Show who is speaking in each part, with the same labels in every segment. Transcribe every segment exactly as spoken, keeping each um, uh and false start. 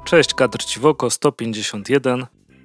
Speaker 1: Cześć, kadr Ciwoko sto pięćdziesiąt jeden.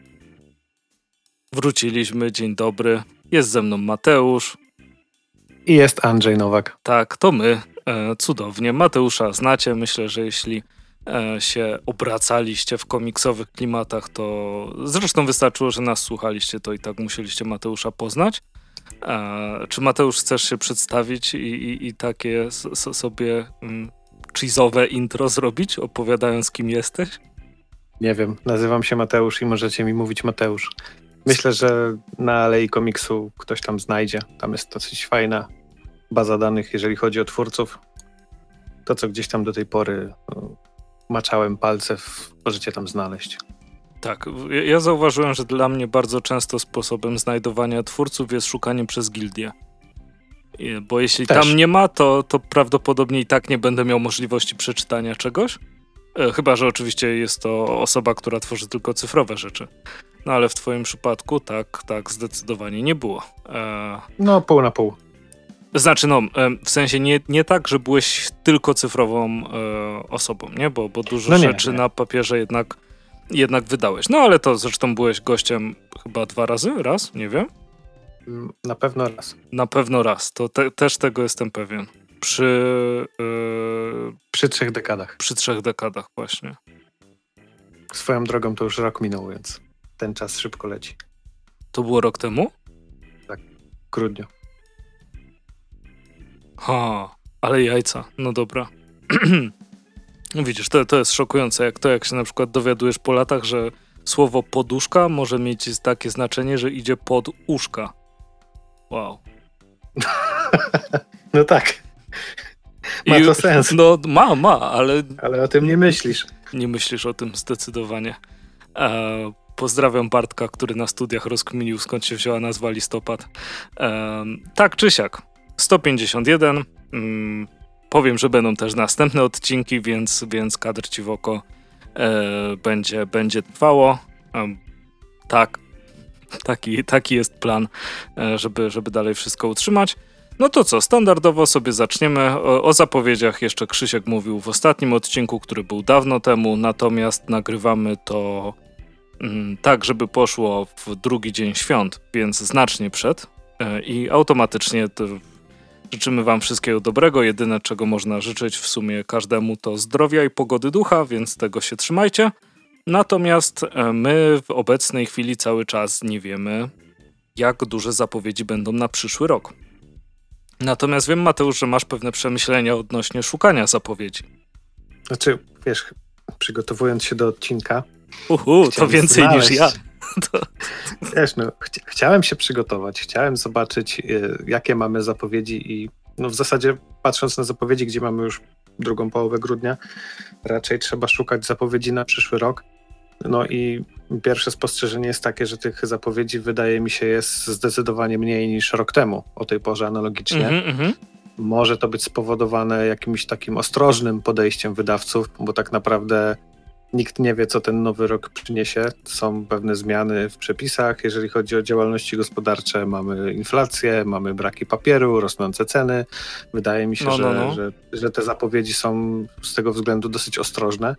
Speaker 1: Wróciliśmy, dzień dobry. Jest ze mną Mateusz.
Speaker 2: I jest Andrzej Nowak.
Speaker 1: Tak, to my. E, cudownie. Mateusza znacie. Myślę, że jeśli e, się obracaliście w komiksowych klimatach, to zresztą wystarczyło, że nas słuchaliście, to i tak musieliście Mateusza poznać. E, czy Mateusz chcesz się przedstawić i, i, i takie s- s- sobie mm, cheese'owe intro zrobić, opowiadając kim jesteś?
Speaker 2: Nie wiem, nazywam się Mateusz i możecie mi mówić Mateusz. Myślę, że na Alei Komiksu ktoś tam znajdzie. Tam jest dosyć fajna baza danych, jeżeli chodzi o twórców. To, co gdzieś tam do tej pory no, maczałem palce, w, możecie tam znaleźć.
Speaker 1: Tak, ja- ja zauważyłem, że dla mnie bardzo często sposobem znajdowania twórców jest szukanie przez gildię. I- Bo jeśli
Speaker 2: Też.
Speaker 1: tam nie ma, to, to prawdopodobnie i tak nie będę miał możliwości przeczytania czegoś. E, Chyba, że oczywiście jest to osoba, która tworzy tylko cyfrowe rzeczy. No ale w twoim przypadku tak, tak zdecydowanie nie było. E,
Speaker 2: No, pół na pół.
Speaker 1: Znaczy, no, e, w sensie nie, nie tak, że byłeś tylko cyfrową e, osobą, nie? Bo, bo dużo
Speaker 2: No nie,
Speaker 1: rzeczy
Speaker 2: nie.
Speaker 1: na papierze jednak, jednak wydałeś. No ale to zresztą byłeś gościem chyba dwa razy? Raz? Nie wiem.
Speaker 2: Mm, Na pewno raz.
Speaker 1: Na pewno raz. To te, też tego jestem pewien. Przy, e,
Speaker 2: Przy trzech dekadach.
Speaker 1: przy trzech dekadach właśnie.
Speaker 2: Swoją drogą to już rok minął, więc ten czas szybko leci.
Speaker 1: To było rok temu?
Speaker 2: W grudniu.
Speaker 1: Ha, ale jajca. No dobra. No widzisz, to, to jest szokujące, jak to, jak się na przykład dowiadujesz po latach, że słowo poduszka może mieć takie znaczenie, że idzie pod uszka. Wow.
Speaker 2: No tak. Ma to sens.
Speaker 1: No ma, ma, ale
Speaker 2: Ale o tym nie myślisz.
Speaker 1: nie myślisz o tym zdecydowanie. E, pozdrawiam Bartka, który na studiach rozkminił, skąd się wzięła nazwa listopad. E, tak czy siak, sto pięćdziesiąt jeden. Mm, powiem, że będą też następne odcinki, więc, więc kadr ci w oko e, będzie, będzie trwało. E, tak, taki, taki jest plan, e, żeby, żeby dalej wszystko utrzymać. No to co, standardowo sobie zaczniemy. O, o zapowiedziach jeszcze Krzysiek mówił w ostatnim odcinku, który był dawno temu, natomiast nagrywamy to mm, tak, żeby poszło w drugi dzień świąt, więc znacznie przed e, i automatycznie to życzymy wam wszystkiego dobrego. Jedyne, czego można życzyć w sumie każdemu, to zdrowia i pogody ducha, więc tego się trzymajcie. Natomiast e, my w obecnej chwili cały czas nie wiemy, jak duże zapowiedzi będą na przyszły rok. Natomiast wiem, Mateusz, że masz pewne przemyślenia odnośnie szukania zapowiedzi.
Speaker 2: Znaczy, wiesz, przygotowując się do odcinka,
Speaker 1: Uhu, to
Speaker 2: Chciałem
Speaker 1: więcej
Speaker 2: znaleźć.
Speaker 1: niż ja. To,
Speaker 2: wiesz, no, chci- chciałem się przygotować, chciałem zobaczyć, y, jakie mamy zapowiedzi i no, w zasadzie patrząc na zapowiedzi, gdzie mamy już drugą połowę grudnia, raczej trzeba szukać zapowiedzi na przyszły rok. No i pierwsze spostrzeżenie jest takie, że tych zapowiedzi wydaje mi się jest zdecydowanie mniej niż rok temu, o tej porze analogicznie.
Speaker 1: mhm, mhm.
Speaker 2: Może to być spowodowane jakimś takim ostrożnym podejściem wydawców, bo tak naprawdę nikt nie wie, co ten nowy rok przyniesie. Są pewne zmiany w przepisach, jeżeli chodzi o działalności gospodarcze. Mamy inflację, mamy braki papieru, rosnące ceny. Wydaje mi się,
Speaker 1: No, no,
Speaker 2: że,
Speaker 1: no.
Speaker 2: Że, że te zapowiedzi są z tego względu dosyć ostrożne.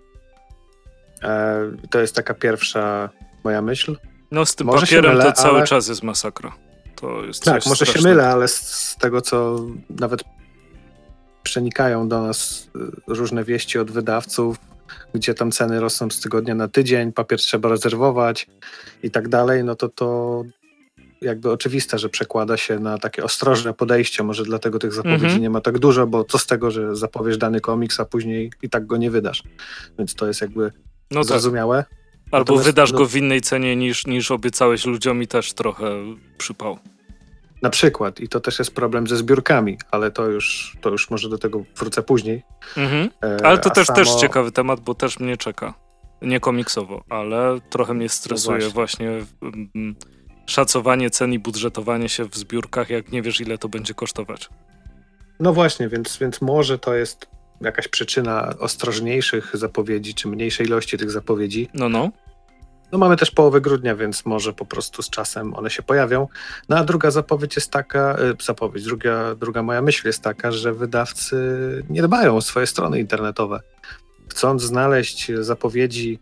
Speaker 2: E, to jest taka pierwsza moja myśl.
Speaker 1: No z tym
Speaker 2: Może się
Speaker 1: papierem
Speaker 2: mylę,
Speaker 1: to cały
Speaker 2: ale-
Speaker 1: czas jest masakra. To jest
Speaker 2: Tak,
Speaker 1: coś
Speaker 2: może się
Speaker 1: strasznego.
Speaker 2: mylę, ale z, z tego, co nawet przenikają do nas y, różne wieści od wydawców, gdzie tam ceny rosną z tygodnia na tydzień, papier trzeba rezerwować i tak dalej, no to to jakby oczywiste, że przekłada się na takie ostrożne podejście. Może dlatego tych zapowiedzi
Speaker 1: Mhm.
Speaker 2: nie ma tak dużo, bo co z tego, że zapowiesz dany komiks, a później i tak go nie wydasz. Więc to jest jakby
Speaker 1: No tak.
Speaker 2: zrozumiałe.
Speaker 1: Albo
Speaker 2: Natomiast
Speaker 1: wydasz
Speaker 2: no-
Speaker 1: go w innej cenie niż, niż obiecałeś ludziom i też trochę przypał.
Speaker 2: Na przykład. I to też jest problem ze zbiórkami, ale to już, to już może do tego wrócę później.
Speaker 1: Mhm.
Speaker 2: E,
Speaker 1: Ale to
Speaker 2: a
Speaker 1: też,
Speaker 2: samo-
Speaker 1: też ciekawy temat, bo też mnie czeka. Nie komiksowo, ale trochę mnie stresuje
Speaker 2: No
Speaker 1: właśnie mm, szacowanie cen i budżetowanie się w zbiórkach, jak nie wiesz, ile to będzie kosztować.
Speaker 2: No właśnie, więc, więc może to jest jakaś przyczyna ostrożniejszych zapowiedzi, czy mniejszej ilości tych zapowiedzi.
Speaker 1: No, no.
Speaker 2: No mamy też połowę grudnia, więc może po prostu z czasem one się pojawią. No a druga zapowiedź jest taka, y, zapowiedź, druga, druga moja myśl jest taka, że wydawcy nie dbają o swoje strony internetowe. Chcąc znaleźć zapowiedzi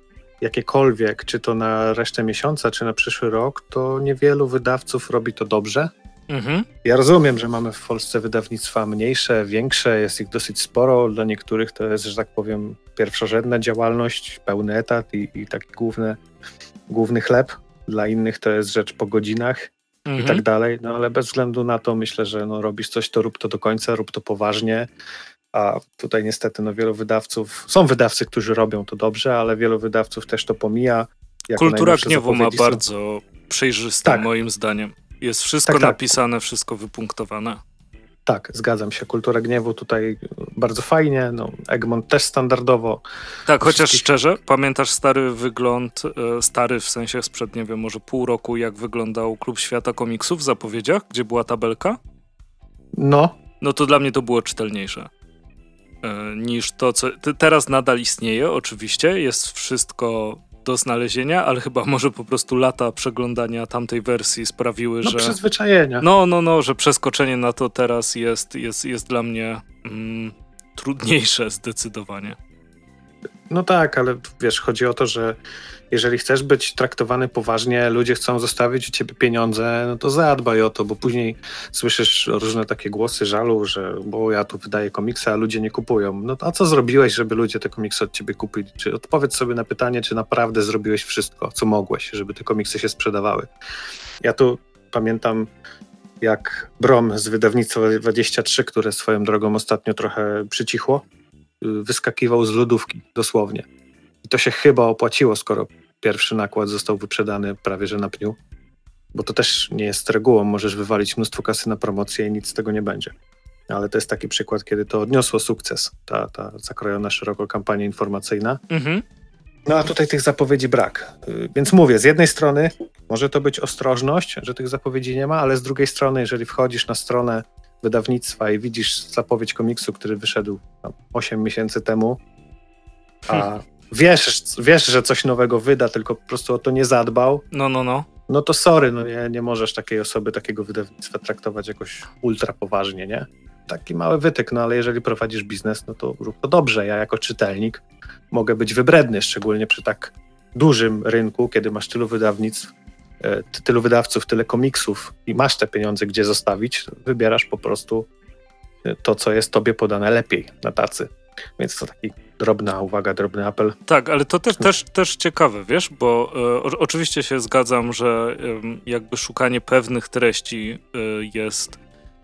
Speaker 2: jakiekolwiek, czy to na resztę miesiąca, czy na przyszły rok, to niewielu wydawców robi to dobrze.
Speaker 1: Mhm.
Speaker 2: Ja rozumiem, że mamy w Polsce wydawnictwa mniejsze, większe, jest ich dosyć sporo. Dla niektórych to jest, że tak powiem, pierwszorzędna działalność, pełny etat i, i taki główny, główny chleb. Dla innych to jest rzecz po godzinach
Speaker 1: Mhm.
Speaker 2: i tak dalej. No ale bez względu na to myślę, że no, robisz coś, to rób to do końca, rób to poważnie. A tutaj niestety no, wielu wydawców, są wydawcy, którzy robią to dobrze, ale wielu wydawców też to pomija. Jako
Speaker 1: Kultura
Speaker 2: najnowsze
Speaker 1: Gniewu ma
Speaker 2: zapowiedzi są-
Speaker 1: bardzo przejrzyste,
Speaker 2: Tak.
Speaker 1: moim zdaniem. Jest wszystko
Speaker 2: Tak, tak.
Speaker 1: napisane, wszystko wypunktowane.
Speaker 2: Tak, zgadzam się. Kultura Gniewu tutaj bardzo fajnie. No, Egmont też standardowo.
Speaker 1: Tak, chociaż
Speaker 2: Wszystkich-
Speaker 1: szczerze, pamiętasz stary wygląd, e, stary w sensie sprzed, nie wiem, może pół roku, jak wyglądał Klub Świata Komiksów w zapowiedziach, gdzie była tabelka?
Speaker 2: No,
Speaker 1: No to dla mnie to było czytelniejsze e, niż to, co... T- teraz nadal istnieje, oczywiście, jest wszystko do znalezienia, ale chyba może po prostu lata przeglądania tamtej wersji sprawiły,
Speaker 2: no
Speaker 1: że...
Speaker 2: przyzwyczajenia.
Speaker 1: No, no, no, że przeskoczenie na to teraz jest, jest, jest dla mnie mm, trudniejsze zdecydowanie.
Speaker 2: No tak, ale wiesz, chodzi o to, że jeżeli chcesz być traktowany poważnie, ludzie chcą zostawić u ciebie pieniądze, no to zadbaj o to, bo później słyszysz różne takie głosy żalu, że bo ja tu wydaję komiksy, a ludzie nie kupują. No to a co zrobiłeś, żeby ludzie te komiksy od ciebie kupili? Czy odpowiedz sobie na pytanie, czy naprawdę zrobiłeś wszystko, co mogłeś, żeby te komiksy się sprzedawały. Ja tu pamiętam, jak Brom z wydawnictwa dwadzieścia trzy, które swoją drogą ostatnio trochę przycichło, wyskakiwał z lodówki, dosłownie. I to się chyba opłaciło, skoro pierwszy nakład został wyprzedany prawie że na pniu. Bo to też nie jest regułą, możesz wywalić mnóstwo kasy na promocję i nic z tego nie będzie. Ale to jest taki przykład, kiedy to odniosło sukces, ta, ta zakrojona szeroko kampania informacyjna.
Speaker 1: Mhm.
Speaker 2: No a tutaj tych zapowiedzi brak. Yy, Więc mówię, z jednej strony może to być ostrożność, że tych zapowiedzi nie ma, ale z drugiej strony, jeżeli wchodzisz na stronę wydawnictwa i widzisz zapowiedź komiksu, który wyszedł tam osiem miesięcy temu, a wiesz, wiesz, że coś nowego wyda, tylko po prostu o to nie zadbał,
Speaker 1: No, no, no.
Speaker 2: no to sorry, no nie, nie możesz takiej osoby, takiego wydawnictwa traktować jakoś ultra poważnie, nie? Taki mały wytyk, no ale jeżeli prowadzisz biznes, no to rób to dobrze. Ja jako czytelnik mogę być wybredny, szczególnie przy tak dużym rynku, kiedy masz tylu wydawnictw, e, ty- tylu wydawców, tyle komiksów i masz te pieniądze gdzie zostawić, to wybierasz po prostu e, to, co jest tobie podane lepiej na tacy. Więc to taki drobna uwaga, drobny apel.
Speaker 1: Tak, ale to też, też, też ciekawe, wiesz, bo e, o, oczywiście się zgadzam, że em, jakby szukanie pewnych treści e, jest,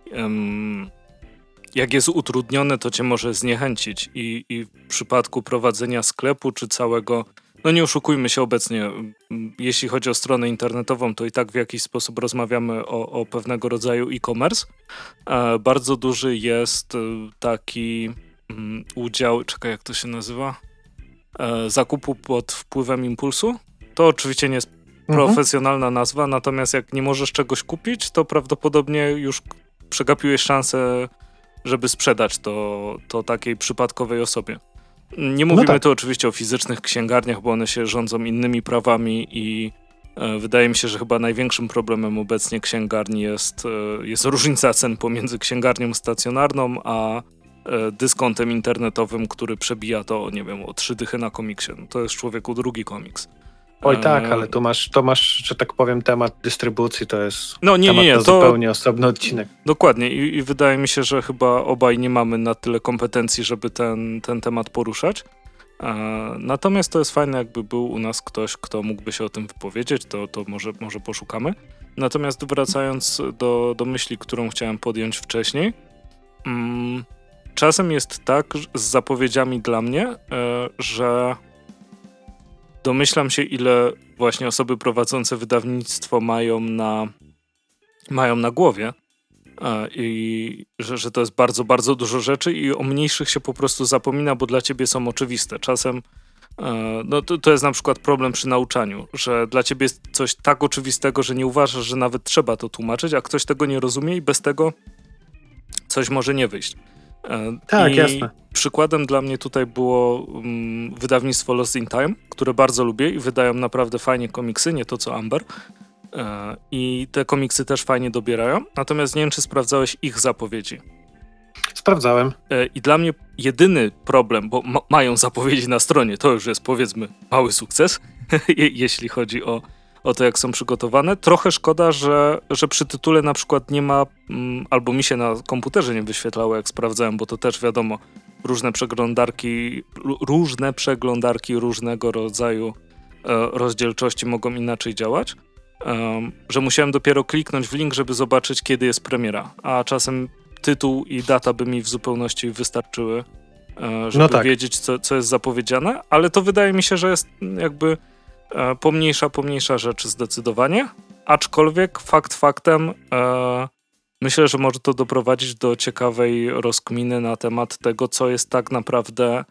Speaker 1: em, jak jest utrudnione, to cię może zniechęcić i, i w przypadku prowadzenia sklepu czy całego, no nie oszukujmy się obecnie, m, jeśli chodzi o stronę internetową, to i tak w jakiś sposób rozmawiamy o, o pewnego rodzaju e-commerce. E, bardzo duży jest e, taki mm, udział, czekaj, jak to się nazywa? E, zakupu pod wpływem impulsu. To oczywiście nie jest profesjonalna nazwa, natomiast jak nie możesz czegoś kupić, to prawdopodobnie już przegapiłeś szansę, żeby sprzedać to, to takiej przypadkowej osobie. Nie mówimy
Speaker 2: tak.
Speaker 1: tu oczywiście o fizycznych księgarniach, bo one się rządzą innymi prawami i e, wydaje mi się, że chyba największym problemem obecnie księgarni jest, e, jest różnica cen pomiędzy księgarnią stacjonarną a e, dyskontem internetowym, który przebija to, nie wiem, o trzy dychy na komiksie. No to jest człowieku drugi komiks.
Speaker 2: Oj
Speaker 1: E,
Speaker 2: tak, ale tu masz, to masz, że tak powiem, temat dystrybucji, to jest
Speaker 1: No nie,
Speaker 2: temat
Speaker 1: nie, nie,
Speaker 2: na
Speaker 1: to
Speaker 2: zupełnie osobny odcinek.
Speaker 1: dokładnie I, i wydaje mi się, że chyba obaj nie mamy na tyle kompetencji, żeby ten, ten temat poruszać. E, natomiast to jest fajne, jakby był u nas ktoś, kto mógłby się o tym wypowiedzieć, to, to może, może poszukamy. Natomiast wracając do, do myśli, którą chciałem podjąć wcześniej, mm, czasem jest tak że z zapowiedziami dla mnie, e, że domyślam się, ile właśnie osoby prowadzące wydawnictwo mają na, mają na głowie e, i że, że to jest bardzo, bardzo dużo rzeczy i o mniejszych się po prostu zapomina, bo dla ciebie są oczywiste. Czasem e, no to, to jest na przykład problem przy nauczaniu, że dla ciebie jest coś tak oczywistego, że nie uważasz, że nawet trzeba to tłumaczyć, a ktoś tego nie rozumie i bez tego coś może nie wyjść. E,
Speaker 2: Tak,
Speaker 1: I
Speaker 2: jasne.
Speaker 1: przykładem dla mnie tutaj było um, wydawnictwo Lost in Time, które bardzo lubię i wydają naprawdę fajnie komiksy, nie to co Amber. E, I te komiksy też fajnie dobierają. Natomiast nie wiem, czy sprawdzałeś ich zapowiedzi.
Speaker 2: sprawdzałem.
Speaker 1: I dla mnie jedyny problem, bo ma- mają zapowiedzi na stronie, to już jest powiedzmy mały sukces, jeśli chodzi o, o to, jak są przygotowane. Trochę szkoda, że, że przy tytule na przykład nie ma, mm, albo mi się na komputerze nie wyświetlało, jak sprawdzałem, bo to też wiadomo, różne przeglądarki, r- różne przeglądarki różnego rodzaju e, rozdzielczości mogą inaczej działać. Um, że musiałem dopiero kliknąć w link, żeby zobaczyć, kiedy jest premiera, a czasem tytuł i data by mi w zupełności wystarczyły, e, żeby
Speaker 2: no tak.
Speaker 1: wiedzieć, co, co jest zapowiedziane, ale to wydaje mi się, że jest jakby e, pomniejsza, pomniejsza rzecz zdecydowanie, aczkolwiek fakt faktem e, myślę, że może to doprowadzić do ciekawej rozkminy na temat tego, co jest tak naprawdę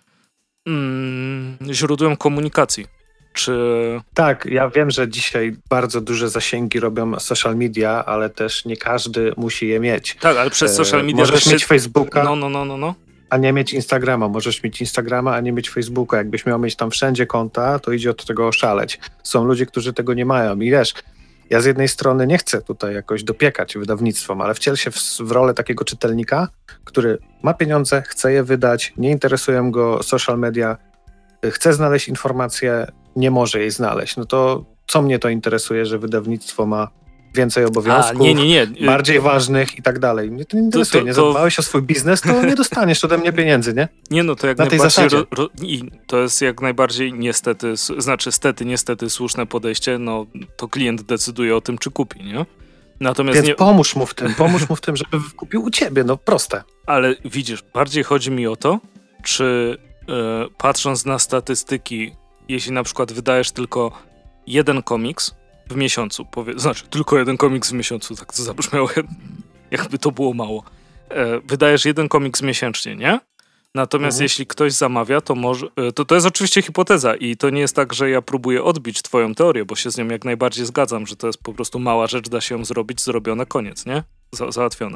Speaker 1: mm, źródłem komunikacji. Czy...
Speaker 2: Tak, ja wiem, że dzisiaj bardzo duże zasięgi robią social media, ale też nie każdy musi je mieć.
Speaker 1: Tak, ale przez social media...
Speaker 2: Możesz
Speaker 1: też
Speaker 2: mieć
Speaker 1: się...
Speaker 2: Facebooka,
Speaker 1: no, no, no, no, no.
Speaker 2: a nie mieć Instagrama. Możesz mieć Instagrama, a nie mieć Facebooka. Jakbyś miał mieć tam wszędzie konta, to idzie od tego oszaleć. Są ludzie, którzy tego nie mają. I wiesz, ja z jednej strony nie chcę tutaj jakoś dopiekać wydawnictwom, ale wciel się w, w rolę takiego czytelnika, który ma pieniądze, chce je wydać, nie interesują go social media, chce znaleźć informację, nie może jej znaleźć. No to co mnie to interesuje, że wydawnictwo ma więcej obowiązków,
Speaker 1: A, nie, nie, nie.
Speaker 2: bardziej ważnych i tak dalej. Mnie to nie interesuje.
Speaker 1: To, to,
Speaker 2: nie
Speaker 1: to...
Speaker 2: zadbałeś o swój biznes, to nie dostaniesz ode mnie pieniędzy, nie?
Speaker 1: Nie, no to jak
Speaker 2: Na tej
Speaker 1: najbardziej...
Speaker 2: zasadzie.
Speaker 1: Ro, ro, I to jest jak najbardziej niestety, znaczy stety, niestety słuszne podejście, no to klient decyduje o tym, czy kupi, nie? Natomiast
Speaker 2: Więc
Speaker 1: nie...
Speaker 2: pomóż mu w tym, pomóż mu w tym, żeby kupił u ciebie, no proste.
Speaker 1: Ale widzisz, bardziej chodzi mi o to, czy e, patrząc na statystyki, jeśli na przykład wydajesz tylko jeden komiks w miesiącu, powie, znaczy tylko jeden komiks w miesiącu, tak to zabrzmiało, jakby to było mało. E, wydajesz jeden komiks miesięcznie, nie? Natomiast
Speaker 2: Mhm.
Speaker 1: jeśli ktoś zamawia, to może... e, To, to jest oczywiście hipoteza i to nie jest tak, że ja próbuję odbić twoją teorię, bo się z nią jak najbardziej zgadzam, że to jest po prostu mała rzecz, da się ją zrobić, zrobione, koniec, nie? Za, załatwione.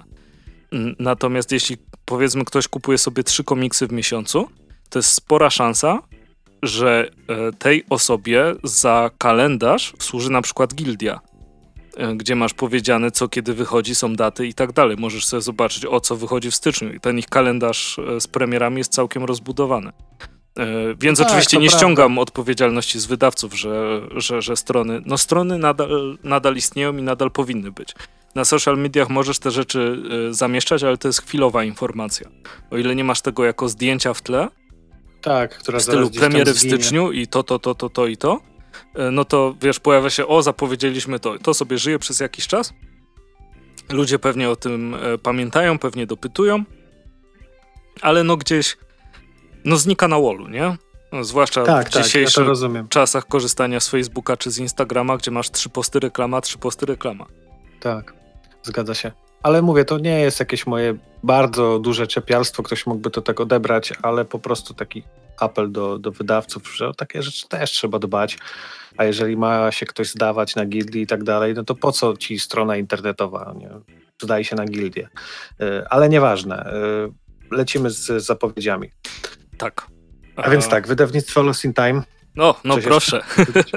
Speaker 1: N- Natomiast jeśli powiedzmy ktoś kupuje sobie trzy komiksy w miesiącu, to jest spora szansa, że e, tej osobie za kalendarz służy na przykład gildia, e, gdzie masz powiedziane, co kiedy wychodzi, są daty i tak dalej. Możesz sobie zobaczyć, o co wychodzi w styczniu i ten ich kalendarz e, z premierami jest całkiem rozbudowany. E, więc
Speaker 2: Tak,
Speaker 1: oczywiście
Speaker 2: to
Speaker 1: nie
Speaker 2: prawda.
Speaker 1: ściągam odpowiedzialności z wydawców, że, że, że strony, no strony nadal, nadal istnieją i nadal powinny być. Na social mediach możesz te rzeczy e, zamieszczać, ale to jest chwilowa informacja. O ile nie masz tego jako zdjęcia w tle,
Speaker 2: Tak, która
Speaker 1: w stylu
Speaker 2: zaraz gdzieś tam
Speaker 1: premiery w
Speaker 2: zginie.
Speaker 1: styczniu i to, to, to, to, to i to, e, no to wiesz, pojawia się, o, zapowiedzieliśmy to, to sobie żyje przez jakiś czas. Ludzie pewnie o tym e, pamiętają, pewnie dopytują, ale no gdzieś, no znika na wallu, nie? No, zwłaszcza
Speaker 2: Tak,
Speaker 1: w
Speaker 2: tak, ja
Speaker 1: dzisiejszych
Speaker 2: to rozumiem.
Speaker 1: czasach korzystania z Facebooka czy z Instagrama, gdzie masz trzy posty reklama, trzy posty reklama.
Speaker 2: Tak, zgadza się. Ale mówię, to nie jest jakieś moje bardzo duże czepialstwo, ktoś mógłby to tak odebrać, ale po prostu taki apel do, do wydawców, że o takie rzeczy też trzeba dbać. A jeżeli ma się ktoś zdawać na gildii i tak dalej, no to po co ci strona internetowa, nie? Zdaje się na gildię. Y, Ale nieważne. Y, Lecimy z zapowiedziami.
Speaker 1: Tak.
Speaker 2: A więc tak, wydawnictwo Lost in Time.
Speaker 1: No, no
Speaker 2: Coś
Speaker 1: proszę.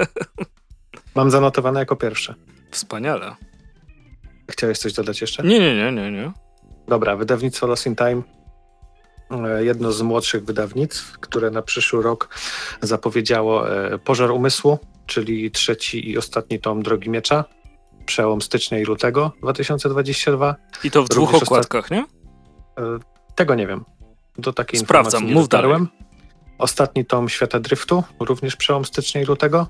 Speaker 2: Mam zanotowane jako pierwsze.
Speaker 1: Wspaniale.
Speaker 2: Chciałeś coś dodać jeszcze?
Speaker 1: Nie, nie, nie, nie, nie.
Speaker 2: Dobra, wydawnictwo Lost in Time, e, jedno z młodszych wydawnictw, które na przyszły rok zapowiedziało e, Pożar Umysłu, czyli trzeci i ostatni tom Drogi Miecza, przełom stycznia i lutego dwa tysiące dwudziestego drugiego.
Speaker 1: I to w dwóch
Speaker 2: Również
Speaker 1: okładkach, nie?
Speaker 2: E, tego nie wiem. Do takiej
Speaker 1: Sprawdzam,
Speaker 2: informacji nie
Speaker 1: mów
Speaker 2: dotarłem. Ostatni tom Świata Driftu, również przełom stycznia i lutego.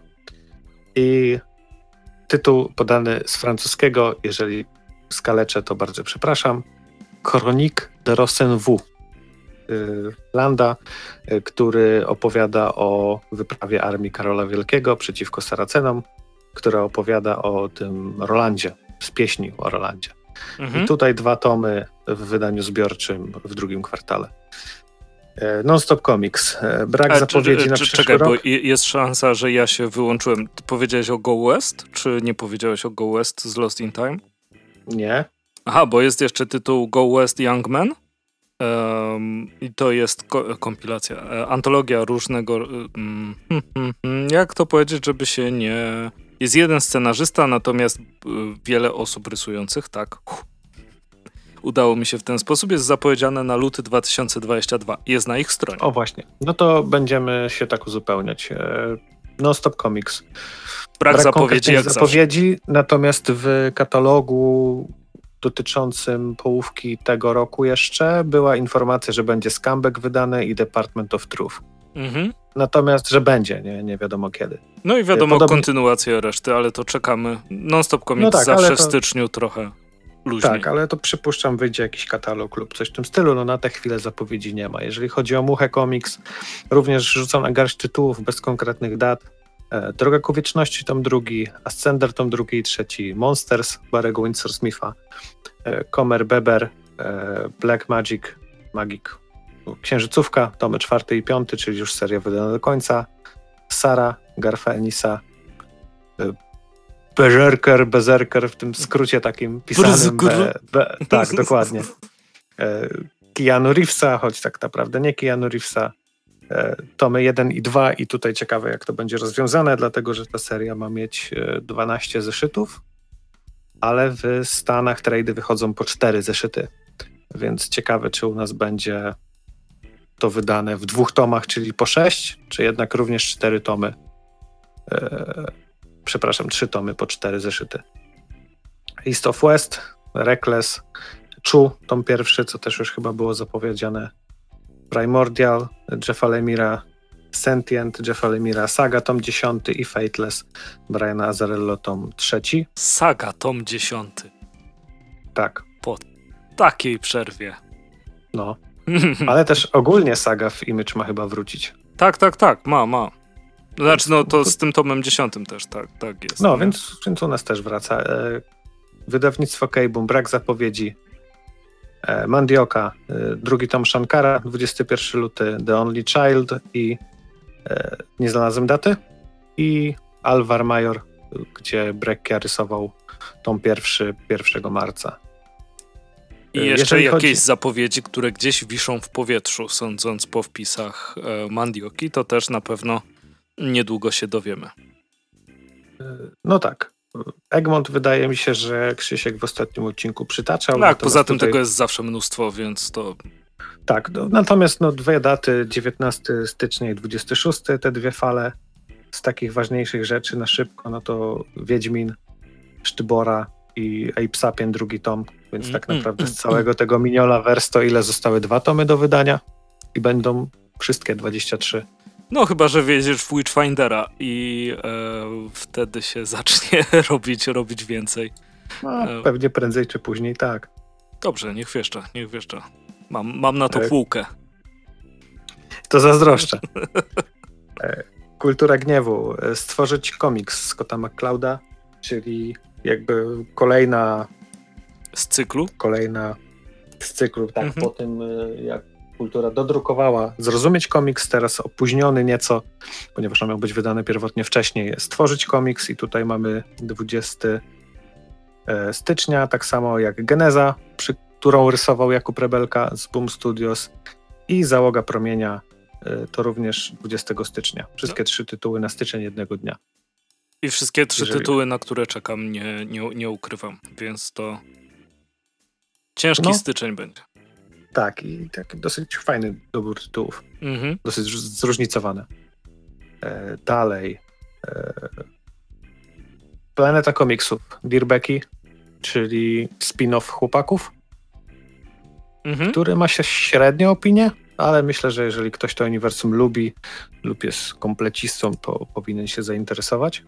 Speaker 2: I tytuł podany z francuskiego, jeżeli skaleczę, to bardzo przepraszam. Chronique de Rosenvaux. y, Landa, y, który opowiada o wyprawie armii Karola Wielkiego przeciwko Saracenom, która opowiada o tym Rolandzie, z pieśni o Rolandzie.
Speaker 1: Mhm.
Speaker 2: I tutaj dwa tomy w wydaniu zbiorczym w drugim kwartale. E, Non-Stop Comics. E, Brak
Speaker 1: A,
Speaker 2: zapowiedzi
Speaker 1: czy,
Speaker 2: na
Speaker 1: czy,
Speaker 2: przyszły
Speaker 1: Czekaj,
Speaker 2: rok.
Speaker 1: bo je- jest szansa, że ja się wyłączyłem. Ty powiedziałeś o Go West, czy nie powiedziałeś o Go West z Lost in Time?
Speaker 2: Nie.
Speaker 1: Aha, bo jest jeszcze tytuł Go West Young Men. Um, I to jest ko- kompilacja, e, antologia różnego... Um, hmm, hmm, hmm, jak to powiedzieć, żeby się nie... Jest jeden scenarzysta, natomiast y, wiele osób rysujących, tak. Uff. udało mi się w ten sposób, jest zapowiedziane na luty dwa tysiące dwudziesty drugi. Jest na ich stronie.
Speaker 2: O właśnie, no to będziemy się tak uzupełniać. Non-Stop Comics.
Speaker 1: Brak, Brak zapowiedzi jak
Speaker 2: zapowiedzi, zawsze. Natomiast w katalogu dotyczącym połówki tego roku jeszcze była informacja, że będzie Scumbag wydane i Department of Truth. Mhm. Natomiast, że będzie, nie, nie wiadomo kiedy.
Speaker 1: No i wiadomo Podobnie... kontynuację reszty, ale to czekamy. Non-Stop Comics no tak, zawsze to... w styczniu trochę luźniej.
Speaker 2: Tak, ale to przypuszczam wyjdzie jakiś katalog lub coś w tym stylu. No na tę chwilę zapowiedzi nie ma. Jeżeli chodzi o Muchę Comics, również rzucam na garść tytułów bez konkretnych dat. Droga ku Wieczności tom drugi, Ascender tom drugi i trzeci, Monsters Barry'ego Windsor-Smitha, Comer Beber, Black Magic, Magic, Księżycówka, tomy czwarty i piąty, czyli już seria wydana do końca, Sara, Garfa Enisa, Berserker, Berserker w tym skrócie takim pisanym. Be, be, tak, dokładnie. Keanu Reevesa, choć tak naprawdę nie Keanu Reevesa. Tomy jeden i dwa i tutaj ciekawe jak to będzie rozwiązane, dlatego że ta seria ma mieć dwanaście zeszytów, ale w Stanach trady wychodzą po cztery zeszyty, więc ciekawe czy u nas będzie to wydane w dwóch tomach, czyli po sześć, czy jednak również cztery tomy. Eee, przepraszam, trzy tomy po cztery zeszyty. East of West, Reckless, Chu, tom pierwszy, co też już chyba było zapowiedziane, Primordial, Jeffa Lemira, Sentient, Jeffa Lemira, Saga, tom dziesiąty i Fateless, Briana Azzarello, tom trzeci.
Speaker 1: Saga, tom dziesiąty.
Speaker 2: Tak.
Speaker 1: Po takiej przerwie.
Speaker 2: No. Ale też ogólnie Saga w Image ma chyba wrócić.
Speaker 1: Tak, tak, tak, ma, ma. Znaczy, no to z tym tomem dziesiątym też, tak, tak jest.
Speaker 2: No, więc, więc u nas też wraca. E, wydawnictwo Kejbum, brak zapowiedzi. E, Mandioka, e, drugi tom Shankara, dwudziestego pierwszego lutego, The Only Child i e, nie znalazłem daty. I Alvar Major, gdzie Breccia rysował tom pierwszy, pierwszego marca.
Speaker 1: I jeszcze Jeżeli jakieś chodzi... zapowiedzi, które gdzieś wiszą w powietrzu, sądząc po wpisach e, Mandioki, to też na pewno niedługo się dowiemy.
Speaker 2: No tak. Egmont wydaje mi się, że Krzysiek w ostatnim odcinku przytaczał.
Speaker 1: Tak, poza tym tutaj... tego jest zawsze mnóstwo, więc to...
Speaker 2: Tak, no, natomiast no, dwie daty, dziewiętnastego stycznia i dwudziestego szóstego, te dwie fale z takich ważniejszych rzeczy na szybko, no to Wiedźmin, Sztybora i Ape Sapien drugi tom, więc mm, tak naprawdę mm, z całego mm. tego Mignola Verse to ile zostały dwa tomy do wydania i będą wszystkie dwadzieścia trzy.
Speaker 1: No chyba, że wiedziesz w Witchfindera i e, wtedy się zacznie robić, robić więcej.
Speaker 2: No, e, pewnie prędzej czy później, tak.
Speaker 1: Dobrze, niech wieszcza, niech wieszcza. Mam, mam na to e, półkę.
Speaker 2: To zazdroszczę. e, Kultura Gniewu. Stworzyć komiks Scotta McClouda, czyli jakby kolejna...
Speaker 1: Z cyklu?
Speaker 2: Kolejna z cyklu, tak. Mhm. Po tym jak Kultura dodrukowała Zrozumieć komiks, teraz opóźniony nieco, ponieważ on miał być wydany pierwotnie wcześniej, Stworzyć komiks i tutaj mamy dwudziestego stycznia, tak samo jak Geneza, przy którą rysował Jakub Rebelka z Boom Studios i Załoga Promienia to również dwudziestego stycznia. Wszystkie no. trzy tytuły na styczeń jednego dnia.
Speaker 1: I wszystkie trzy Jeżeli... tytuły, na które czekam, nie, nie, nie ukrywam, więc to ciężki no. styczeń będzie.
Speaker 2: Tak, i taki dosyć fajny dobór tytułów. Mhm. Dosyć zróżnicowane. E, dalej. E, Planeta Komiksów. Dear Becky, czyli spin-off Chłopaków, mhm. który ma się średnią opinię, ale myślę, że jeżeli ktoś to uniwersum lubi lub jest komplecistą, to powinien się zainteresować.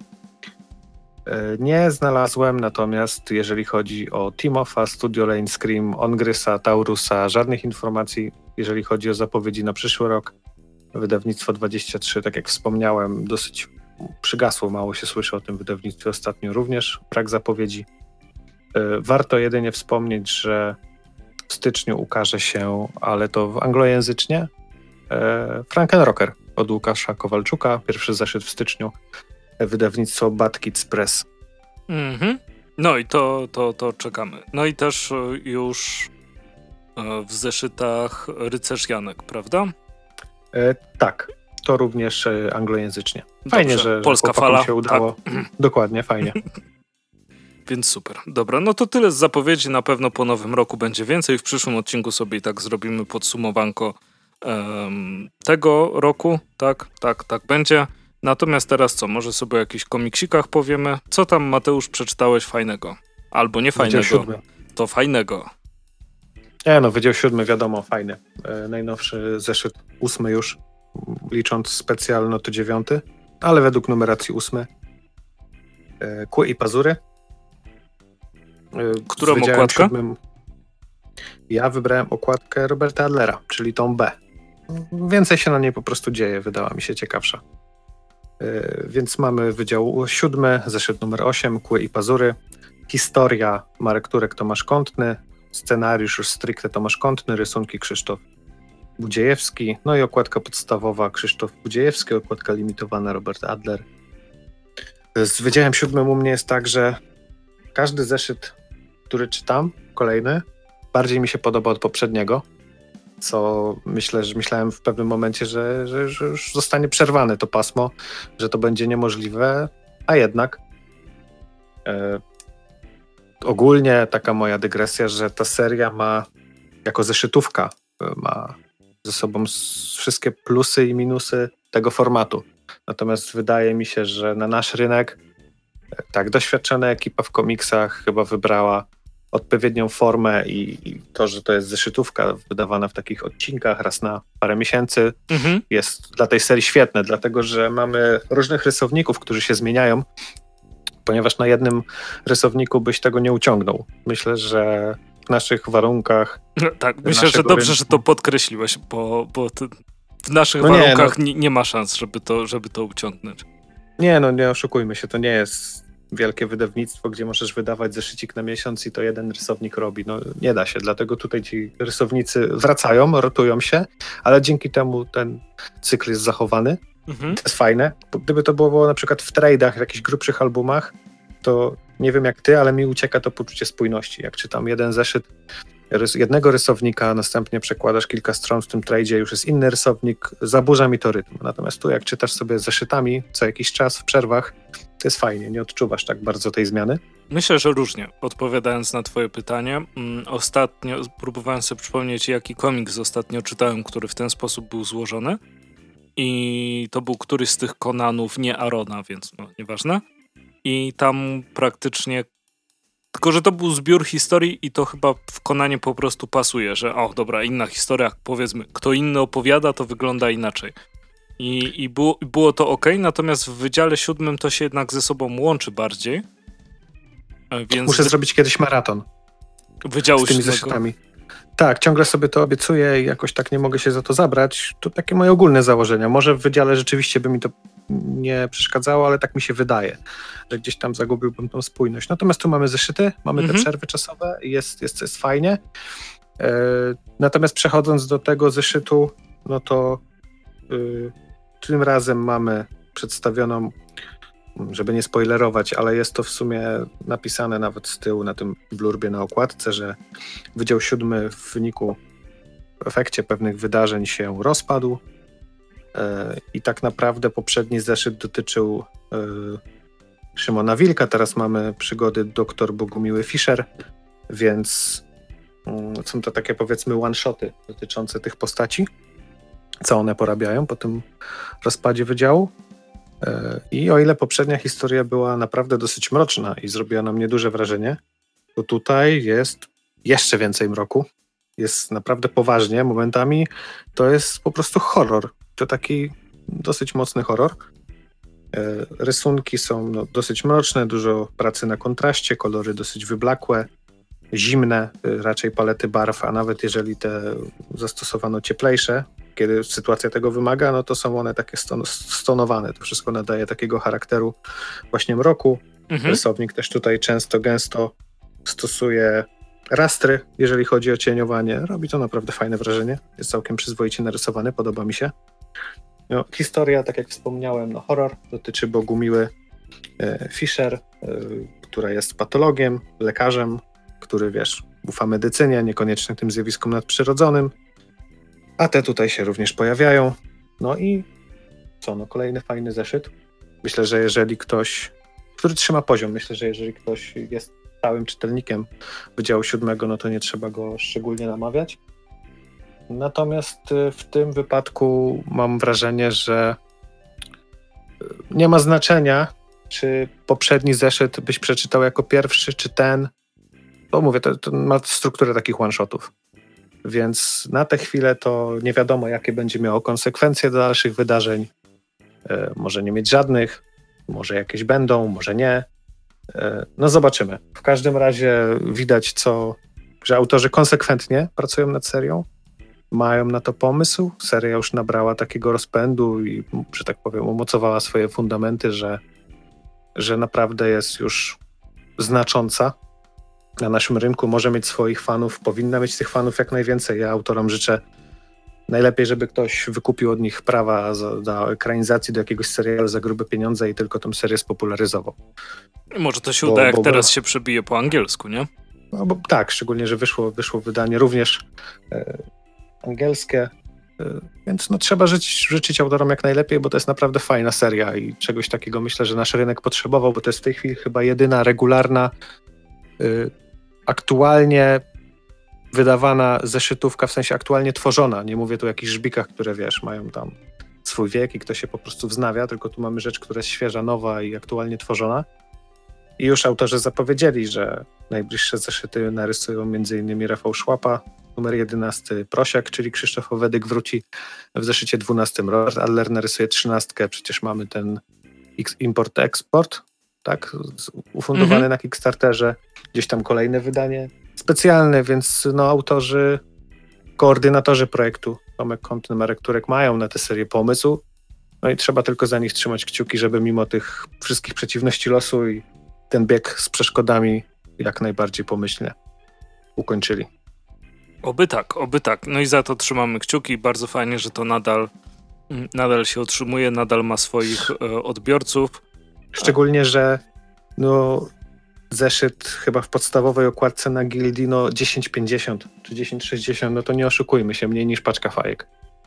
Speaker 2: Nie znalazłem natomiast, jeżeli chodzi o Timofa, Studio Lane Scream, Ongrysa, Taurusa, żadnych informacji, jeżeli chodzi o zapowiedzi na przyszły rok. Wydawnictwo dwadzieścia trzy, tak jak wspomniałem, dosyć przygasło, mało się słyszy o tym wydawnictwie ostatnio również, brak zapowiedzi. Warto jedynie wspomnieć, że w styczniu ukaże się, ale to w anglojęzycznie, Frankenrocker od Łukasza Kowalczuka, pierwszy zeszyt w styczniu. Wydawnictwo Bad Kids Press.
Speaker 1: Mm-hmm. No i to, to, to czekamy. No i też już w zeszytach Rycerz Janek, prawda?
Speaker 2: E, tak, to również anglojęzycznie. Fajnie, Dobrze. że
Speaker 1: Polska fala
Speaker 2: się udało. Tak. Dokładnie, fajnie.
Speaker 1: Więc super. Dobra, no to tyle z zapowiedzi. Na pewno po nowym roku będzie więcej. W przyszłym odcinku sobie i tak zrobimy podsumowanko um, tego roku. Tak, tak, tak będzie. Natomiast teraz co? Może sobie o jakichś komiksikach powiemy. Co tam, Mateusz, przeczytałeś fajnego? Albo nie fajnego. To fajnego.
Speaker 2: Nie no, Wydział Siódmy, wiadomo, fajny. E, najnowszy zeszyt, ósmy już, licząc specjal, no to dziewiąty, ale według numeracji ósmy. E, Kły i pazury. E,
Speaker 1: Którą okładkę?
Speaker 2: Siódmym ja wybrałem okładkę Roberta Adlera, czyli tą B. Więcej się na niej po prostu dzieje, wydała mi się ciekawsza. E, więc mamy Wydział Siódmy, zeszyt numer osiem, Kły i pazury. Historia, Marek Turek, Tomasz Kątny. Scenariusz już stricte Tomasz Kątny, rysunki Krzysztof Budziejewski, no i okładka podstawowa Krzysztof Budziejewski, okładka limitowana Robert Adler. Z Wydziałem Siódmym u mnie jest tak, że każdy zeszyt, który czytam, kolejny, bardziej mi się podoba od poprzedniego, co myślę, że myślałem w pewnym momencie, że, że, że już zostanie przerwane to pasmo, że to będzie niemożliwe, a jednak e, ogólnie taka moja dygresja, że ta seria ma jako zeszytówka ma ze sobą wszystkie plusy i minusy tego formatu. Natomiast wydaje mi się, że na nasz rynek tak doświadczona ekipa w komiksach chyba wybrała odpowiednią formę i, i to, że to jest zeszytówka wydawana w takich odcinkach raz na parę miesięcy mhm. jest dla tej serii świetne, dlatego że mamy różnych rysowników, którzy się zmieniają, ponieważ na jednym rysowniku byś tego nie uciągnął. Myślę, że w naszych warunkach...
Speaker 1: No, tak, myślę, że dobrze, rynku... że to podkreśliłeś, bo, bo to w naszych
Speaker 2: no
Speaker 1: warunkach
Speaker 2: nie, no...
Speaker 1: nie, nie ma szans, żeby to, żeby to uciągnąć.
Speaker 2: Nie, no nie oszukujmy się, to nie jest wielkie wydawnictwo, gdzie możesz wydawać zeszycik na miesiąc i to jeden rysownik robi. No nie da się, dlatego tutaj ci rysownicy wracają, rotują się, ale dzięki temu ten cykl jest zachowany. Mhm. To jest fajne, bo gdyby to było na przykład w trade'ach, w jakichś grubszych albumach, to nie wiem jak ty, ale mi ucieka to poczucie spójności. Jak czytam jeden zeszyt rys- jednego rysownika, a następnie przekładasz kilka stron w tym trade'zie, już jest inny rysownik, zaburza mi to rytm. Natomiast tu jak czytasz sobie zeszytami co jakiś czas w przerwach, to jest fajnie, nie odczuwasz tak bardzo tej zmiany.
Speaker 1: Myślę, że różnie. Odpowiadając na twoje pytanie, mm, ostatnio próbowałem sobie przypomnieć, jaki komiks ostatnio czytałem, który w ten sposób był złożony. I to był któryś z tych Conanów, nie Arona, więc no, nieważne. I tam praktycznie... Tylko, że to był zbiór historii i to chyba w Conanie po prostu pasuje, że o, dobra, inna historia, powiedzmy, kto inny opowiada, to wygląda inaczej. I, i było, było to okej, natomiast w Wydziale Siódmym to się jednak ze sobą łączy bardziej. Więc
Speaker 2: Muszę wy... zrobić kiedyś maraton.
Speaker 1: Wydziału
Speaker 2: z tymi
Speaker 1: Siódmego.
Speaker 2: zeszytami. Tak, ciągle sobie to obiecuję i jakoś tak nie mogę się za to zabrać. To takie moje ogólne założenia. Może w Wydziale rzeczywiście by mi to nie przeszkadzało, ale tak mi się wydaje, że gdzieś tam zagubiłbym tą spójność. Natomiast tu mamy zeszyty, mamy mhm. te przerwy czasowe i jest, jest, jest fajnie. E, natomiast przechodząc do tego zeszytu, no to y, tym razem mamy przedstawioną, żeby nie spoilerować, ale jest to w sumie napisane nawet z tyłu na tym blurbie na okładce, że Wydział Siódmy w wyniku, w efekcie pewnych wydarzeń się rozpadł yy, i tak naprawdę poprzedni zeszyt dotyczył yy, Szymona Wilka, teraz mamy przygody doktor Bogumiły Fischer, więc yy, są to takie powiedzmy one-shoty dotyczące tych postaci, co one porabiają po tym rozpadzie wydziału. I o ile poprzednia historia była naprawdę dosyć mroczna i zrobiła na mnie duże wrażenie, to tutaj jest jeszcze więcej mroku. Jest naprawdę poważnie. Momentami to jest po prostu horror. To taki dosyć mocny horror. Rysunki są no, dosyć mroczne, dużo pracy na kontraście, kolory dosyć wyblakłe, zimne, raczej palety barw, a nawet jeżeli te zastosowano cieplejsze, kiedy sytuacja tego wymaga, no to są one takie ston- stonowane. To wszystko nadaje takiego charakteru właśnie mroku. Mhm. Rysownik też tutaj często, gęsto stosuje rastry, jeżeli chodzi o cieniowanie. Robi to naprawdę fajne wrażenie. Jest całkiem przyzwoicie narysowany, podoba mi się. No, historia, tak jak wspomniałem, no horror, dotyczy Bogumiły e, Fischer, e, która jest patologiem, lekarzem, który, wiesz, ufa medycynie, niekoniecznie tym zjawiskom nadprzyrodzonym. A te tutaj się również pojawiają. No i co, no kolejny fajny zeszyt. Myślę, że jeżeli ktoś który trzyma poziom. Myślę, że jeżeli ktoś jest stałym czytelnikiem Wydziału Siódmego, no to nie trzeba go szczególnie namawiać. Natomiast w tym wypadku mam wrażenie, że nie ma znaczenia, czy poprzedni zeszyt byś przeczytał jako pierwszy, czy ten. Bo mówię, to, to ma strukturę takich one-shotów. Więc na tę chwilę to nie wiadomo, jakie będzie miało konsekwencje do dalszych wydarzeń. E, może nie mieć żadnych, może jakieś będą, może nie. E, no zobaczymy. W każdym razie widać, co, że autorzy konsekwentnie pracują nad serią. Mają na to pomysł. Seria już nabrała takiego rozpędu i, że tak powiem, umocowała swoje fundamenty, że, że naprawdę jest już znacząca na naszym rynku. Może mieć swoich fanów, powinna mieć tych fanów jak najwięcej. Ja autorom życzę najlepiej, żeby ktoś wykupił od nich prawa za, do ekranizacji do jakiegoś serialu za grube pieniądze i tylko tą serię spopularyzował.
Speaker 1: Może to się
Speaker 2: bo,
Speaker 1: uda, jak
Speaker 2: bo,
Speaker 1: teraz się przebije po angielsku, nie?
Speaker 2: No, bo tak, szczególnie, że wyszło, wyszło wydanie również e, angielskie, e, więc no, trzeba życzyć, życzyć autorom jak najlepiej, bo to jest naprawdę fajna seria i czegoś takiego myślę, że nasz rynek potrzebował, bo to jest w tej chwili chyba jedyna regularna, e, aktualnie wydawana zeszytówka, w sensie aktualnie tworzona. Nie mówię tu o jakichś żbikach, które wiesz, mają tam swój wiek i ktoś się po prostu wznawia, tylko tu mamy rzecz, która jest świeża, nowa i aktualnie tworzona. I już autorzy zapowiedzieli, że najbliższe zeszyty narysują między innymi Rafał Szłapa, numer jedenasty Prosiak, czyli Krzysztof Owedyk wróci w zeszycie dwunastym. Robert Adler narysuje trzynastkę, przecież mamy ten import-export, tak, ufundowany mhm. na Kickstarterze, gdzieś tam kolejne wydanie specjalne, więc no autorzy, koordynatorzy projektu, Tomek Kątny, Marek Turek mają na tę serię pomysł, no i trzeba tylko za nich trzymać kciuki, żeby mimo tych wszystkich przeciwności losu i ten bieg z przeszkodami jak najbardziej pomyślnie ukończyli.
Speaker 1: Oby tak, oby tak. No i za to trzymamy kciuki. Bardzo fajnie, że to nadal, nadal się utrzymuje, nadal ma swoich e, odbiorców.
Speaker 2: Szczególnie, że no, zeszyt chyba w podstawowej okładce na Gildii no dziesięć pięćdziesiąt czy dziesięć sześćdziesiąt, no to nie oszukujmy się, mniej niż paczka fajek.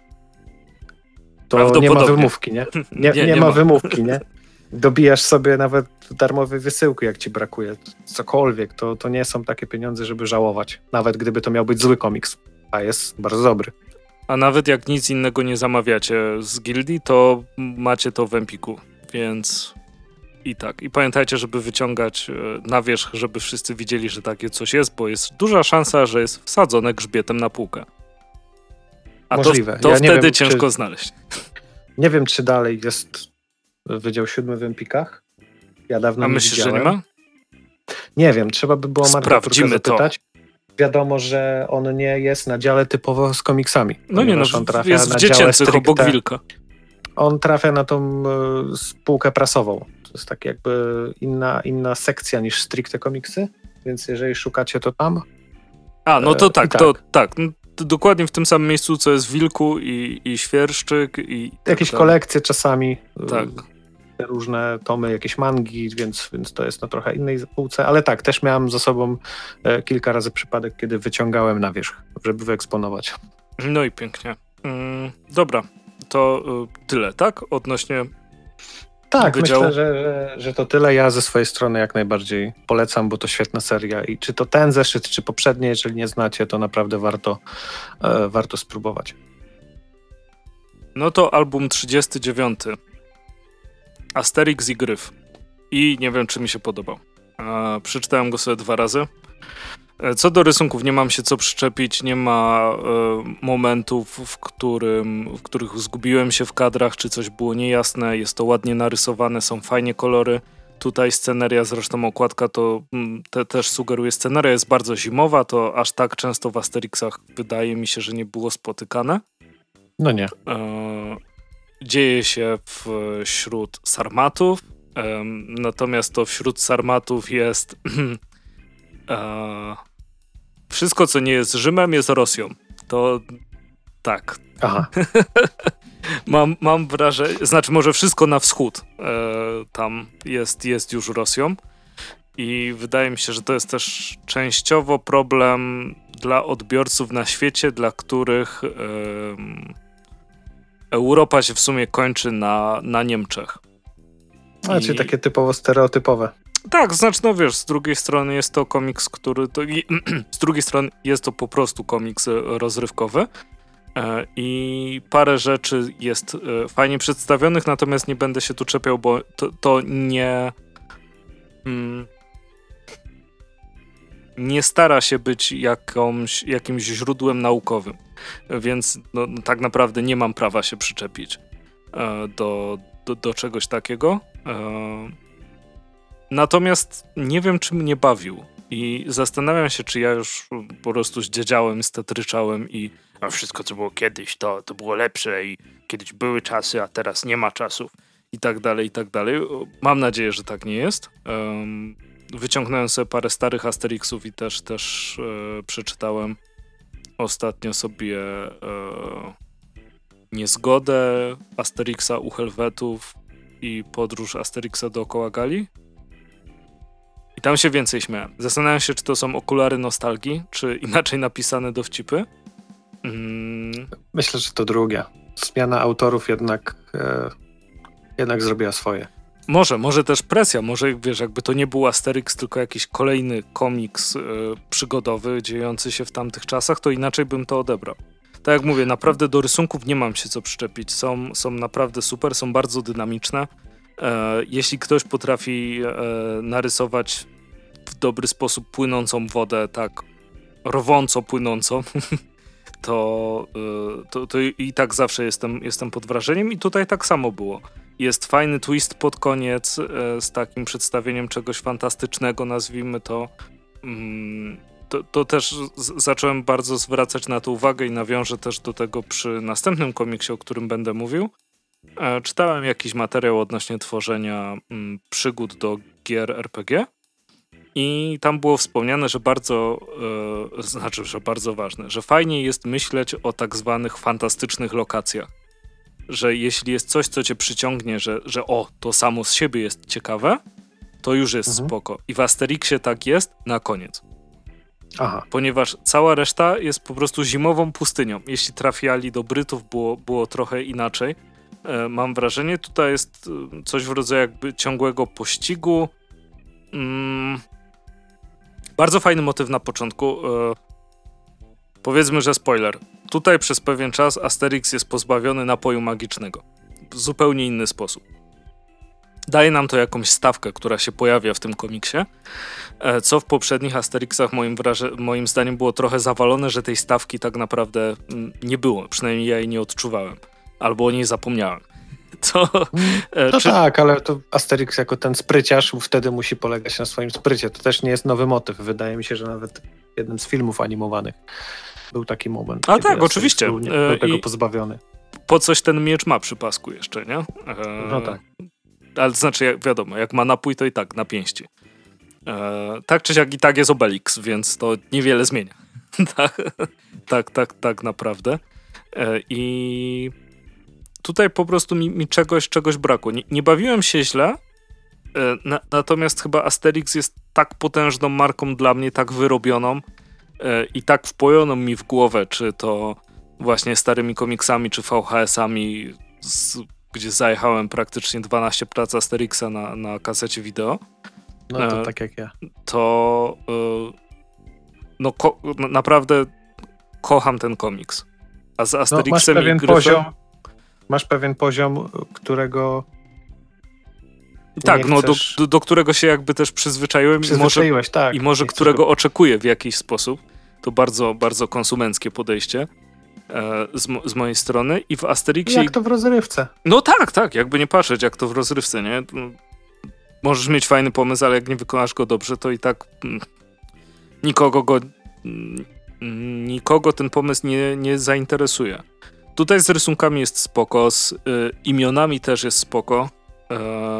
Speaker 2: To nie ma wymówki, nie? Nie, nie, nie, nie ma, ma wymówki, nie? Dobijasz sobie nawet darmowe wysyłki, jak ci brakuje. Cokolwiek, to, to nie są takie pieniądze, żeby żałować. Nawet gdyby to miał być zły komiks, a jest bardzo dobry.
Speaker 1: A nawet jak nic innego nie zamawiacie z Gildii, to macie to w Empiku, więc i tak. I pamiętajcie, żeby wyciągać na wierzch, żeby wszyscy widzieli, że takie coś jest, bo jest duża szansa, że jest wsadzone grzbietem na półkę. A
Speaker 2: Możliwe.
Speaker 1: to, to
Speaker 2: ja
Speaker 1: wtedy
Speaker 2: wiem,
Speaker 1: ciężko
Speaker 2: czy,
Speaker 1: znaleźć.
Speaker 2: Nie wiem, czy dalej jest Wydział Siódmy w Empikach. Ja dawno
Speaker 1: A
Speaker 2: nie
Speaker 1: myślisz,
Speaker 2: widziałem.
Speaker 1: że nie ma?
Speaker 2: Nie wiem, trzeba by było Marka Turka zapytać.
Speaker 1: To.
Speaker 2: Wiadomo, że on nie jest na dziale typowo z komiksami.
Speaker 1: No nie, no on trafia jest w dziecięcych obok Wilka.
Speaker 2: On trafia na tą y, spółkę prasową. To jest tak jakby inna, inna sekcja niż stricte komiksy, więc jeżeli szukacie, to tam.
Speaker 1: A, no to
Speaker 2: e,
Speaker 1: tak,
Speaker 2: tak,
Speaker 1: to tak. To dokładnie w tym samym miejscu, co jest Wilku i, i Świerszczyk. I
Speaker 2: jakieś tam kolekcje czasami.
Speaker 1: Tak.
Speaker 2: Y, różne tomy, jakieś mangi, więc, więc to jest na trochę innej półce, ale tak, też miałem za sobą e, kilka razy przypadek, kiedy wyciągałem na wierzch, żeby wyeksponować.
Speaker 1: No i pięknie. Mm, dobra, to y, tyle, tak? Odnośnie
Speaker 2: Tak,
Speaker 1: wydziału.
Speaker 2: Myślę, że, że, że to tyle. Ja ze swojej strony jak najbardziej polecam, bo to świetna seria i czy to ten zeszyt, czy poprzednie, jeżeli nie znacie, to naprawdę warto, e, warto spróbować.
Speaker 1: No to album trzydziesty dziewiąty. Asterix i Gryf. I nie wiem, czy mi się podobał. E, przeczytałem go sobie dwa razy. E, co do rysunków, nie mam się co przyczepić, nie ma e, momentów, w, którym, w których zgubiłem się w kadrach, czy coś było niejasne. Jest to ładnie narysowane, są fajnie kolory. Tutaj sceneria, zresztą okładka to te, też sugeruje, sceneria jest bardzo zimowa, to aż tak często w Asterixach wydaje mi się, że nie było spotykane.
Speaker 2: No nie.
Speaker 1: E, dzieje się wśród sarmatów, e, natomiast to wśród sarmatów jest e, wszystko, co nie jest Rzymem, jest Rosją. To tak.
Speaker 2: Aha.
Speaker 1: mam, mam wrażenie, znaczy może wszystko na wschód e, tam jest, jest już Rosją i wydaje mi się, że to jest też częściowo problem dla odbiorców na świecie, dla których e, Europa się w sumie kończy na, na Niemczech.
Speaker 2: A, I... czyli takie typowo stereotypowe.
Speaker 1: Tak, znaczy, no wiesz, z drugiej strony jest to komiks, który... To, i, z drugiej strony jest to po prostu komiks rozrywkowy e, i parę rzeczy jest e, fajnie przedstawionych, natomiast nie będę się tu czepiał, bo to, to nie... Mm, nie stara się być jakąś, jakimś źródłem naukowym, więc no, tak naprawdę nie mam prawa się przyczepić e, do, do, do czegoś takiego. E, natomiast nie wiem, czy mnie bawił i zastanawiam się, czy ja już po prostu zdziedziałem, stetryczałem i a wszystko, co było kiedyś, to, to było lepsze i kiedyś były czasy, a teraz nie ma czasów i tak dalej, i tak dalej. Mam nadzieję, że tak nie jest. Um, Wyciągnąłem sobie parę starych Asterixów i też, też e, przeczytałem ostatnio sobie e, Niezgodę Asterixa u Helwetów i Podróż Asterixa dookoła Galii. I tam się więcej śmiałem. Zastanawiam się, czy to są okulary nostalgii, czy inaczej napisane dowcipy. Mm.
Speaker 2: Myślę, że to drugie. Zmiana autorów jednak, e, jednak zrobiła swoje.
Speaker 1: Może, może też presja, może wiesz, jakby to nie był Asterix, tylko jakiś kolejny komiks y, przygodowy dziejący się w tamtych czasach, to inaczej bym to odebrał. Tak jak mówię, naprawdę do rysunków nie mam się co przyczepić. Są, są naprawdę super, są bardzo dynamiczne. E, jeśli ktoś potrafi e, narysować w dobry sposób płynącą wodę, tak rwąco płynącą, to, y, to, to i tak zawsze jestem, jestem pod wrażeniem i tutaj tak samo było. Jest fajny twist pod koniec e, z takim przedstawieniem czegoś fantastycznego, nazwijmy to. Mm, to, to też z, zacząłem bardzo zwracać na to uwagę i nawiążę też do tego przy następnym komiksie, o którym będę mówił. E, czytałem jakiś materiał odnośnie tworzenia mm, przygód do gier er pe gie i tam było wspomniane, że bardzo, e, znaczy, że bardzo ważne, że fajnie jest myśleć o tak zwanych fantastycznych lokacjach. Że jeśli jest coś, co cię przyciągnie, że, że o, to samo z siebie jest ciekawe, to już jest mhm. spoko. I w Asterixie tak jest na koniec.
Speaker 2: Aha.
Speaker 1: Ponieważ cała reszta jest po prostu zimową pustynią. Jeśli trafiali do Brytów, było, było trochę inaczej. E, mam wrażenie, tutaj jest coś w rodzaju jakby ciągłego pościgu. Mm. Bardzo fajny motyw na początku. E, powiedzmy, że spoiler. Tutaj przez pewien czas Asterix jest pozbawiony napoju magicznego. W zupełnie inny sposób. Daje nam to jakąś stawkę, która się pojawia w tym komiksie, co w poprzednich Asterixach moim, wraże- moim zdaniem było trochę zawalone, że tej stawki tak naprawdę nie było. Przynajmniej ja jej nie odczuwałem. Albo o niej zapomniałem. Co,
Speaker 2: no
Speaker 1: czy...
Speaker 2: tak, ale to Asterix jako ten spryciarz wtedy musi polegać na swoim sprycie. To też nie jest nowy motyw. Wydaje mi się, że nawet w jednym z filmów animowanych był taki moment.
Speaker 1: A tak, oczywiście.
Speaker 2: Był, był tego pozbawiony.
Speaker 1: Po coś ten miecz ma przy pasku jeszcze, nie? E,
Speaker 2: no tak.
Speaker 1: Ale to znaczy, jak, wiadomo, jak ma napój, to i tak na pięści. E, tak czy siak i tak jest Obelix, więc to niewiele zmienia. tak, tak, tak, tak naprawdę. E, I tutaj po prostu mi, mi czegoś, czegoś brakło. Nie, nie bawiłem się źle, e, na, natomiast chyba Asterix jest tak potężną marką dla mnie, tak wyrobioną, i tak wpojoną mi w głowę, czy to właśnie starymi komiksami, czy ve ha esami, z, gdzie zajechałem praktycznie dwanaście prac Asterixa na, na kasecie wideo.
Speaker 2: No to e, tak jak ja.
Speaker 1: To e, no ko- naprawdę kocham ten komiks. A z Asterixem
Speaker 2: no, masz pewien
Speaker 1: i Gryfem...
Speaker 2: poziom, masz pewien poziom, którego
Speaker 1: tak, no
Speaker 2: chcesz...
Speaker 1: do, do, do którego się jakby też przyzwyczaiłem i może,
Speaker 2: tak,
Speaker 1: i może którego go... oczekuję w jakiś sposób. To bardzo, bardzo konsumenckie podejście e, z, mo- z mojej strony. I w Asterixie...
Speaker 2: Jak to w rozrywce.
Speaker 1: No tak, tak, jakby nie patrzeć, jak to w rozrywce, nie? Możesz mieć fajny pomysł, ale jak nie wykonasz go dobrze, to i tak mm, nikogo go mm, nikogo ten pomysł nie, nie zainteresuje. Tutaj z rysunkami jest spoko, z y, imionami też jest spoko. E,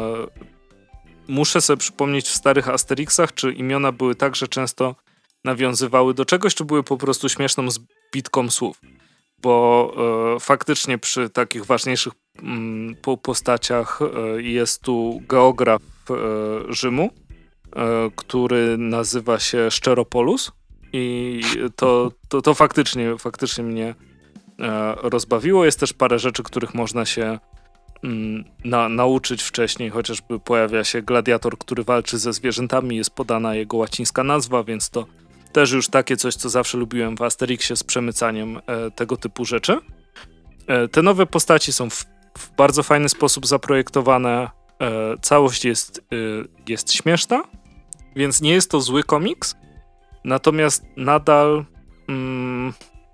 Speaker 1: muszę sobie przypomnieć w starych Asterixach, czy imiona były tak, że często nawiązywały do czegoś, czy były po prostu śmieszną zbitką słów. Bo e, faktycznie przy takich ważniejszych mm, po postaciach e, jest tu geograf e, Rzymu, e, który nazywa się Szczeropolus i to, to, to faktycznie, faktycznie mnie e, rozbawiło. Jest też parę rzeczy, których można się mm, na, nauczyć wcześniej, chociażby pojawia się gladiator, który walczy ze zwierzętami, jest podana jego łacińska nazwa, więc to też już takie coś, co zawsze lubiłem w Asterixie z przemycaniem e, tego typu rzeczy. E, te nowe postaci są w, w bardzo fajny sposób zaprojektowane. E, całość jest, e, jest śmieszna, więc nie jest to zły komiks, natomiast nadal mm,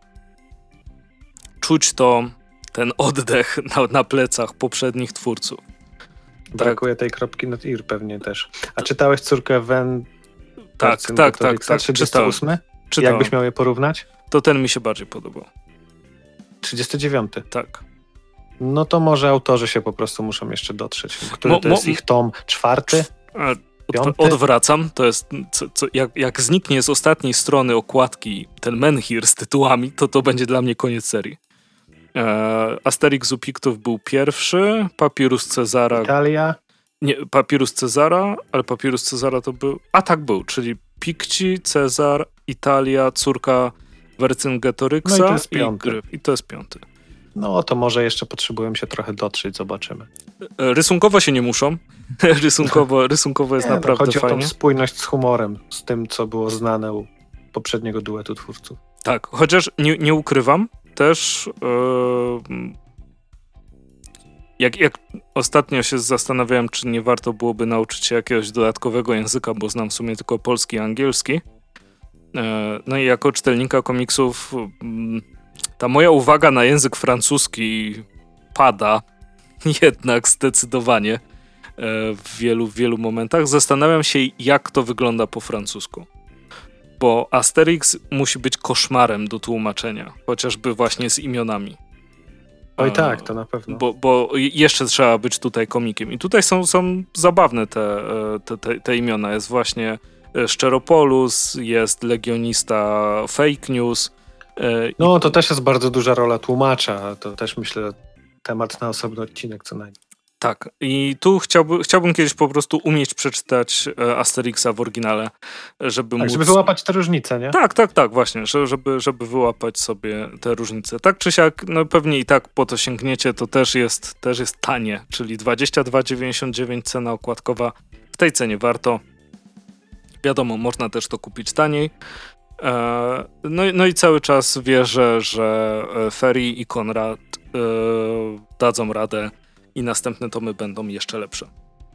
Speaker 1: czuć to, ten oddech na, na plecach poprzednich twórców.
Speaker 2: Brakuje tak. tej kropki nad ir pewnie też. A czytałeś Córkę Wen?
Speaker 1: Tak, tak, tak, tak.
Speaker 2: trzydziesty ósmy?
Speaker 1: Czytałem.
Speaker 2: Jakbyś miał je porównać?
Speaker 1: To ten mi się bardziej podobał.
Speaker 2: trzydziesty dziewiąty?
Speaker 1: Tak.
Speaker 2: No to może autorzy się po prostu muszą jeszcze dotrzeć. Który
Speaker 1: mo,
Speaker 2: to jest
Speaker 1: mo,
Speaker 2: ich tom? Czwarty?
Speaker 1: Od, odwracam. To jest, co, co, jak, jak zniknie z ostatniej strony okładki ten menhir z tytułami, to to będzie dla mnie koniec serii. E, Asterix u Pictów był pierwszy, Papirus Cezara...
Speaker 2: Italia?
Speaker 1: Nie, Papirus Cezara, ale Papirus Cezara to był... A tak był, czyli Picci, Cezar, Italia, córka Vercingetorix'a
Speaker 2: no i to jest piąty.
Speaker 1: I, Gryf, i to jest piąty.
Speaker 2: No to może jeszcze potrzebują się trochę dotrzeć, zobaczymy.
Speaker 1: Rysunkowo się nie muszą. rysunkowo, rysunkowo jest
Speaker 2: nie,
Speaker 1: naprawdę
Speaker 2: no, chodzi
Speaker 1: fajnie.
Speaker 2: Chodzi o tą spójność z humorem, z tym, co było znane u poprzedniego duetu twórców.
Speaker 1: Tak, chociaż nie, nie ukrywam, też yy, jak, jak ostatnio się zastanawiałem, czy nie warto byłoby nauczyć się jakiegoś dodatkowego języka, bo znam w sumie tylko polski i angielski. Yy, no i jako czytelnika komiksów yy, ta moja uwaga na język francuski pada jednak zdecydowanie w wielu, w wielu momentach. Zastanawiam się, jak to wygląda po francusku. Bo Asterix musi być koszmarem do tłumaczenia, chociażby właśnie z imionami.
Speaker 2: Oj tak, to na pewno.
Speaker 1: Bo, bo jeszcze trzeba być tutaj komikiem. I tutaj są, są zabawne te, te, te, te imiona. Jest właśnie Szczeropolus, jest legionista Fake News.
Speaker 2: No to też jest bardzo duża rola tłumacza. To też myślę temat na osobny odcinek co najmniej.
Speaker 1: Tak. I tu chciałby, chciałbym kiedyś po prostu umieć przeczytać Asterixa w oryginale, żeby
Speaker 2: tak,
Speaker 1: móc...
Speaker 2: żeby wyłapać te różnice, nie?
Speaker 1: Tak, tak, tak, właśnie, żeby, żeby wyłapać sobie te różnice. Tak czy siak, no pewnie i tak po to sięgniecie, to też jest, też jest tanie, czyli dwadzieścia dwa dziewięćdziesiąt dziewięć cena okładkowa. W tej cenie warto. Wiadomo, można też to kupić taniej. No, no i cały czas wierzę, że Ferry i Konrad yy, dadzą radę i następne tomy będą jeszcze lepsze.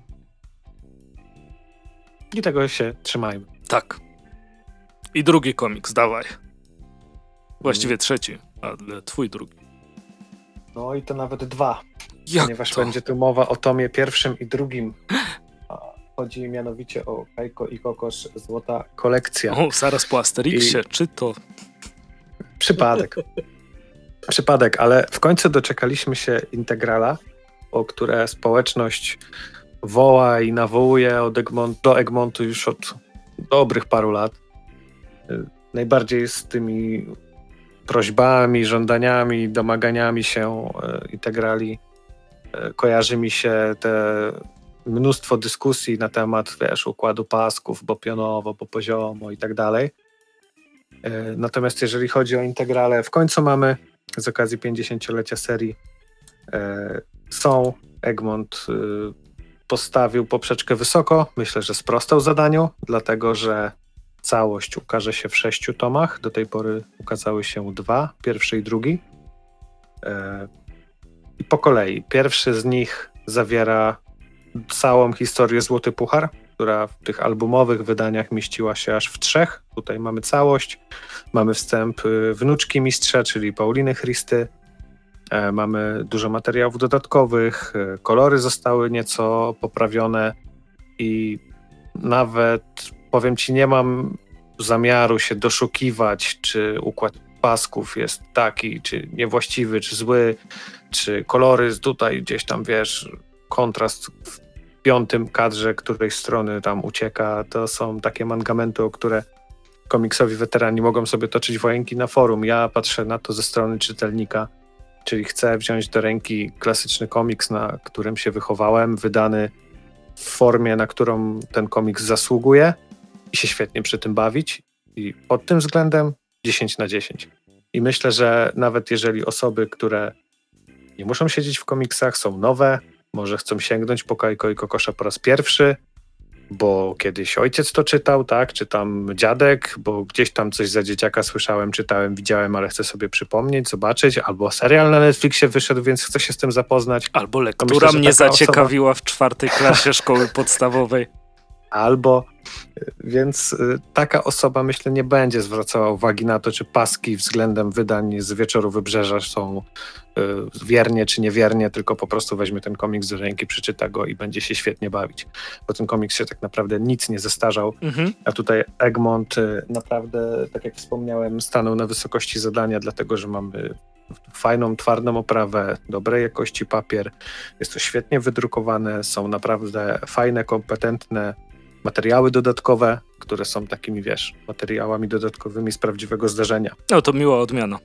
Speaker 2: I tego się trzymajmy.
Speaker 1: Tak. I drugi komiks, dawaj. Właściwie mm. trzeci, ale twój drugi.
Speaker 2: No i to nawet dwa.
Speaker 1: Jak
Speaker 2: ponieważ
Speaker 1: to?
Speaker 2: Będzie tu mowa o tomie pierwszym i drugim. Chodzi mianowicie o Kajko i Kokos Złota Kolekcja.
Speaker 1: O, zaraz po Asterixie, I... czy to...
Speaker 2: Przypadek. Przypadek, ale w końcu doczekaliśmy się integrala, o które społeczność woła i nawołuje od Egmont, do Egmontu już od dobrych paru lat. Najbardziej z tymi prośbami, żądaniami, domaganiami się integrali kojarzy mi się te mnóstwo dyskusji na temat, wiesz, układu pasków, bo pionowo, bo poziomo i tak dalej. Natomiast jeżeli chodzi o integrale, w końcu mamy z okazji pięćdziesięciolecia serii są. Egmont postawił poprzeczkę wysoko. Myślę, że sprostał zadaniu, dlatego że całość ukaże się w sześciu tomach. Do tej pory ukazały się dwa, pierwszy i drugi. I po kolei. Pierwszy z nich zawiera całą historię Złoty Puchar, która w tych albumowych wydaniach mieściła się aż w trzech. Tutaj mamy całość. Mamy wstęp wnuczki mistrza, czyli Pauliny Christy. Mamy dużo materiałów dodatkowych, kolory zostały nieco poprawione i nawet, powiem ci, nie mam zamiaru się doszukiwać, czy układ pasków jest taki, czy niewłaściwy, czy zły, czy kolory tutaj gdzieś tam, wiesz, kontrast w piątym kadrze której strony tam ucieka. To są takie mankamenty, o które komiksowi weterani mogą sobie toczyć wojenki na forum. Ja patrzę na to ze strony czytelnika, czyli chcę wziąć do ręki klasyczny komiks, na którym się wychowałem, wydany w formie, na którą ten komiks zasługuje i się świetnie przy tym bawić. I pod tym względem dziesięć na dziesięć. I myślę, że nawet jeżeli osoby, które nie muszą siedzieć w komiksach, są nowe, może chcą sięgnąć po Kajko i Kokosza po raz pierwszy, bo kiedyś ojciec to czytał, tak, czy tam dziadek, bo gdzieś tam coś za dzieciaka słyszałem, czytałem, widziałem, ale chcę sobie przypomnieć, zobaczyć, albo serial na Netflixie wyszedł, więc chcę się z tym zapoznać.
Speaker 1: Albo lektura myślę, mnie zaciekawiła osoba... w czwartej klasie szkoły podstawowej.
Speaker 2: Albo, więc y, taka osoba, myślę, nie będzie zwracała uwagi na to, czy paski względem wydań z Wieczoru Wybrzeża są y, wiernie czy niewiernie, tylko po prostu weźmie ten komiks do ręki, przeczyta go i będzie się świetnie bawić. Bo ten komiks się tak naprawdę nic nie zestarzał, mhm. a tutaj Egmont y, naprawdę, tak jak wspomniałem, stanął na wysokości zadania, dlatego, że mamy fajną, twardą oprawę, dobrej jakości papier, jest to świetnie wydrukowane, są naprawdę fajne, kompetentne materiały dodatkowe, które są takimi, wiesz, materiałami dodatkowymi z prawdziwego zdarzenia.
Speaker 1: No to miła odmiana.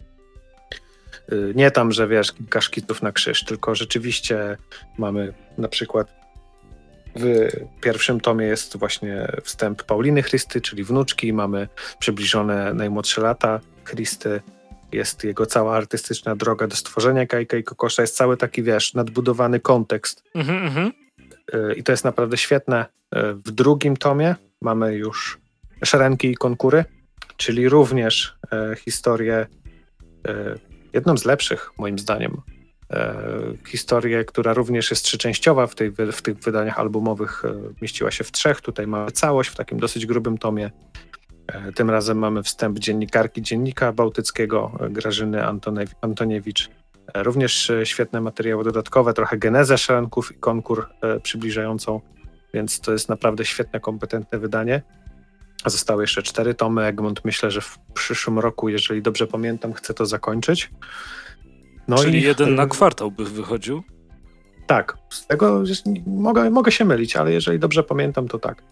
Speaker 2: Nie tam, że wiesz, kilka szkiców na krzyż, tylko rzeczywiście mamy na przykład w pierwszym tomie jest właśnie wstęp Pauliny Chrysty, czyli wnuczki, mamy przybliżone najmłodsze lata Chrysty, jest jego cała artystyczna droga do stworzenia Kajka i Kokosza, jest cały taki, wiesz, nadbudowany kontekst. Mhm, mhm. I to jest naprawdę świetne. W drugim tomie mamy już Szerenki i Konkury, czyli również e, historię, e, jedną z lepszych moim zdaniem, e, historię, która również jest trzyczęściowa w, tej, w tych wydaniach albumowych, e, mieściła się w trzech, tutaj mamy całość w takim dosyć grubym tomie. E, tym razem mamy wstęp dziennikarki Dziennika Bałtyckiego, e, Grażyny Antonew- Antoniewicz. E, również e, świetne materiały dodatkowe, trochę genezę Szerenków i Konkur e, przybliżającą, więc to jest naprawdę świetne, kompetentne wydanie. Zostały jeszcze cztery tomy. Egmont myślę, że w przyszłym roku, jeżeli dobrze pamiętam, chce to zakończyć. No
Speaker 1: Czyli
Speaker 2: i
Speaker 1: jeden na kwartał by wychodził?
Speaker 2: Tak. Z tego mogę, mogę się mylić, ale jeżeli dobrze pamiętam, to tak.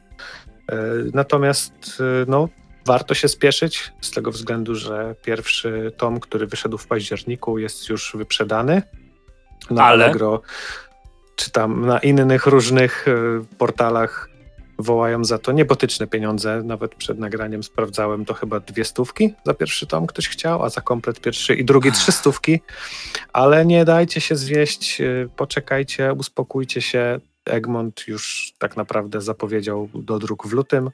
Speaker 2: Natomiast no, warto się spieszyć z tego względu, że pierwszy tom, który wyszedł w październiku, jest już wyprzedany. Na
Speaker 1: ale...
Speaker 2: Allegro czy tam na innych różnych portalach wołają za to niebotyczne pieniądze. Nawet przed nagraniem sprawdzałem, to chyba dwie stówki za pierwszy tom ktoś chciał, a za komplet pierwszy i drugi trzy stówki. Ale nie dajcie się zwieść, poczekajcie, uspokójcie się. Egmont już tak naprawdę zapowiedział dodruk w lutym.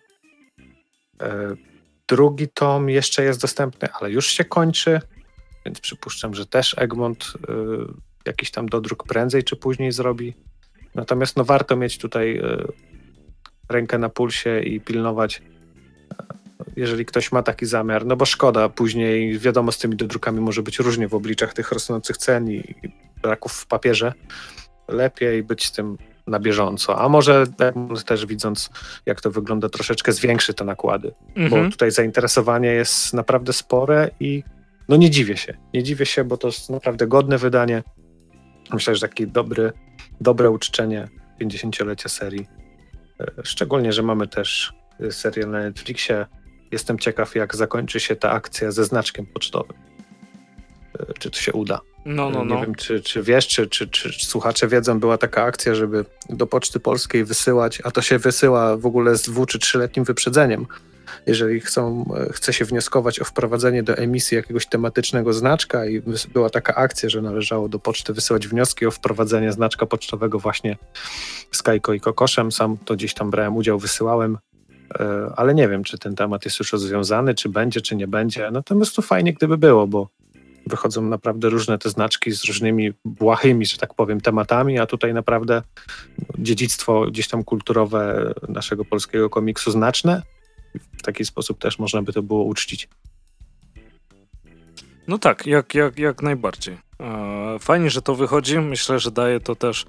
Speaker 2: Drugi tom jeszcze jest dostępny, ale już się kończy, więc przypuszczam, że też Egmont jakiś tam dodruk prędzej czy później zrobi. Natomiast no warto mieć tutaj rękę na pulsie i pilnować, jeżeli ktoś ma taki zamiar, no bo szkoda, później wiadomo, z tymi dodrukami może być różnie w obliczach tych rosnących cen i braków w papierze. Lepiej być z tym na bieżąco, a może też widząc, jak to wygląda, troszeczkę zwiększy te nakłady, mhm. bo tutaj zainteresowanie jest naprawdę spore i no nie dziwię się, nie dziwię się, bo to jest naprawdę godne wydanie. Myślę, że takie dobry, dobre uczczenie pięćdziesięciolecia serii. Szczególnie, że mamy też serial na Netflixie. Jestem ciekaw, jak zakończy się ta akcja ze znaczkiem pocztowym. Czy to się uda?
Speaker 1: No, no, no.
Speaker 2: Nie wiem, czy, czy wiesz, czy, czy, czy słuchacze wiedzą, była taka akcja, żeby do Poczty Polskiej wysyłać, a to się wysyła w ogóle z dwu- czy trzyletnim wyprzedzeniem. Jeżeli chcą, chce się wnioskować o wprowadzenie do emisji jakiegoś tematycznego znaczka i była taka akcja, że należało do poczty wysyłać wnioski o wprowadzenie znaczka pocztowego właśnie z Kajko i Kokoszem. Sam to gdzieś tam brałem udział, wysyłałem, ale nie wiem, czy ten temat jest już rozwiązany, czy będzie, czy nie będzie. Natomiast to fajnie, gdyby było, bo wychodzą naprawdę różne te znaczki z różnymi błahymi, że tak powiem, tematami, a tutaj naprawdę dziedzictwo gdzieś tam kulturowe naszego polskiego komiksu znaczne. W taki sposób też można by to było uczcić.
Speaker 1: No tak, jak, jak, jak najbardziej. Fajnie, że to wychodzi. Myślę, że daje to też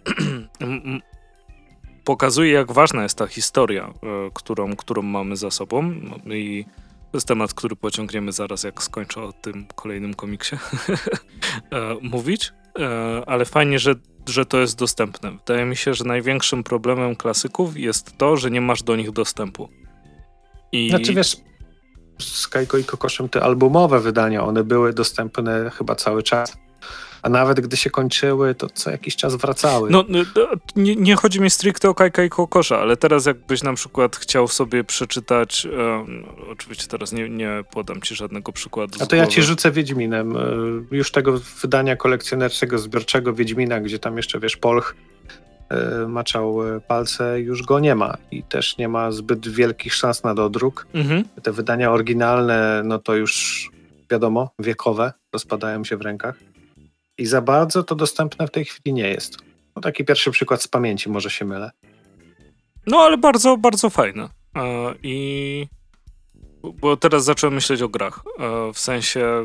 Speaker 1: pokazuje, jak ważna jest ta historia, którą, którą mamy za sobą i to jest temat, który pociągniemy zaraz, jak skończę o tym kolejnym komiksie mówić, ale fajnie, że, że to jest dostępne. Wydaje mi się, że największym problemem klasyków jest to, że nie masz do nich dostępu. I...
Speaker 2: Znaczy wiesz, z Kajko i Kokoszem te albumowe wydania, one były dostępne chyba cały czas, a nawet gdy się kończyły, to co jakiś czas wracały.
Speaker 1: No, nie, nie chodzi mi stricte o Kajka i Kokosza, ale teraz jakbyś na przykład chciał sobie przeczytać, e, no, oczywiście teraz nie, nie podam ci żadnego przykładu.
Speaker 2: A to ja ci rzucę Wiedźminem. Już tego wydania kolekcjonerskiego, zbiorczego Wiedźmina, gdzie tam jeszcze, wiesz, Polch e, maczał palce, już go nie ma i też nie ma zbyt wielkich szans na dodruk. Mhm. Te wydania oryginalne, no to już wiadomo, wiekowe, rozpadają się w rękach. I za bardzo to dostępne w tej chwili nie jest. No taki pierwszy przykład z pamięci, może się mylę.
Speaker 1: No ale bardzo, bardzo fajne. E, I... Bo teraz zacząłem myśleć o grach. E, w sensie...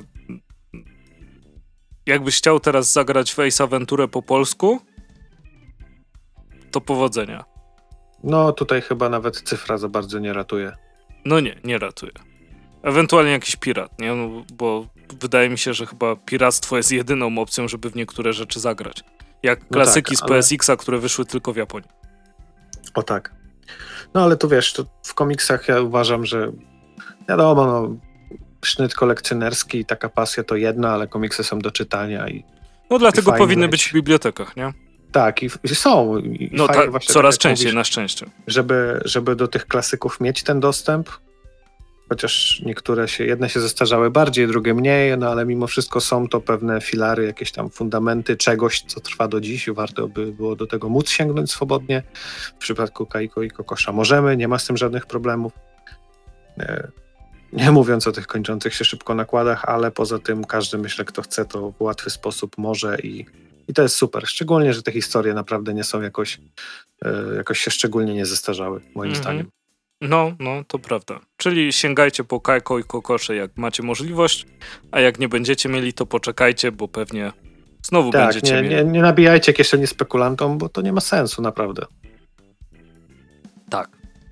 Speaker 1: Jakbyś chciał teraz zagrać w Ace Aventurę po polsku, to powodzenia.
Speaker 2: No tutaj chyba nawet cyfra za bardzo nie ratuje.
Speaker 1: No nie, nie ratuje. Ewentualnie jakiś pirat, nie? No, bo wydaje mi się, że chyba piractwo jest jedyną opcją, żeby w niektóre rzeczy zagrać. Jak klasyki no tak, ale... z P S X a, które wyszły tylko w Japonii.
Speaker 2: O tak. No ale tu wiesz, to w komiksach ja uważam, że wiadomo, no, sznyt kolekcjonerski i taka pasja to jedna, ale komiksy są do czytania i
Speaker 1: no dlatego
Speaker 2: i
Speaker 1: powinny
Speaker 2: mieć.
Speaker 1: być w bibliotekach, nie?
Speaker 2: Tak, i, i są. I
Speaker 1: no ta, coraz tak częściej, mówisz, na szczęście.
Speaker 2: Żeby, żeby do tych klasyków mieć ten dostęp, chociaż niektóre się, jedne się zestarzały bardziej, drugie mniej, no ale mimo wszystko są to pewne filary, jakieś tam fundamenty czegoś, co trwa do dziś. Warto by było do tego móc sięgnąć swobodnie. W przypadku Kajko i Kokosza możemy, nie ma z tym żadnych problemów. Nie, nie mówiąc o tych kończących się szybko nakładach, ale poza tym każdy, myślę, kto chce, to w łatwy sposób może i, i to jest super. Szczególnie, że te historie naprawdę nie są jakoś, e, jakoś się szczególnie nie zestarzały, moim mm-hmm. zdaniem.
Speaker 1: No, no, to prawda. Czyli sięgajcie po Kajko i Kokosze, jak macie możliwość, a jak nie będziecie mieli, to poczekajcie, bo pewnie znowu
Speaker 2: tak,
Speaker 1: będziecie
Speaker 2: nie,
Speaker 1: mieli.
Speaker 2: Nie, nie nabijajcie kieszeni spekulantom, bo to nie ma sensu, naprawdę.
Speaker 1: Tak.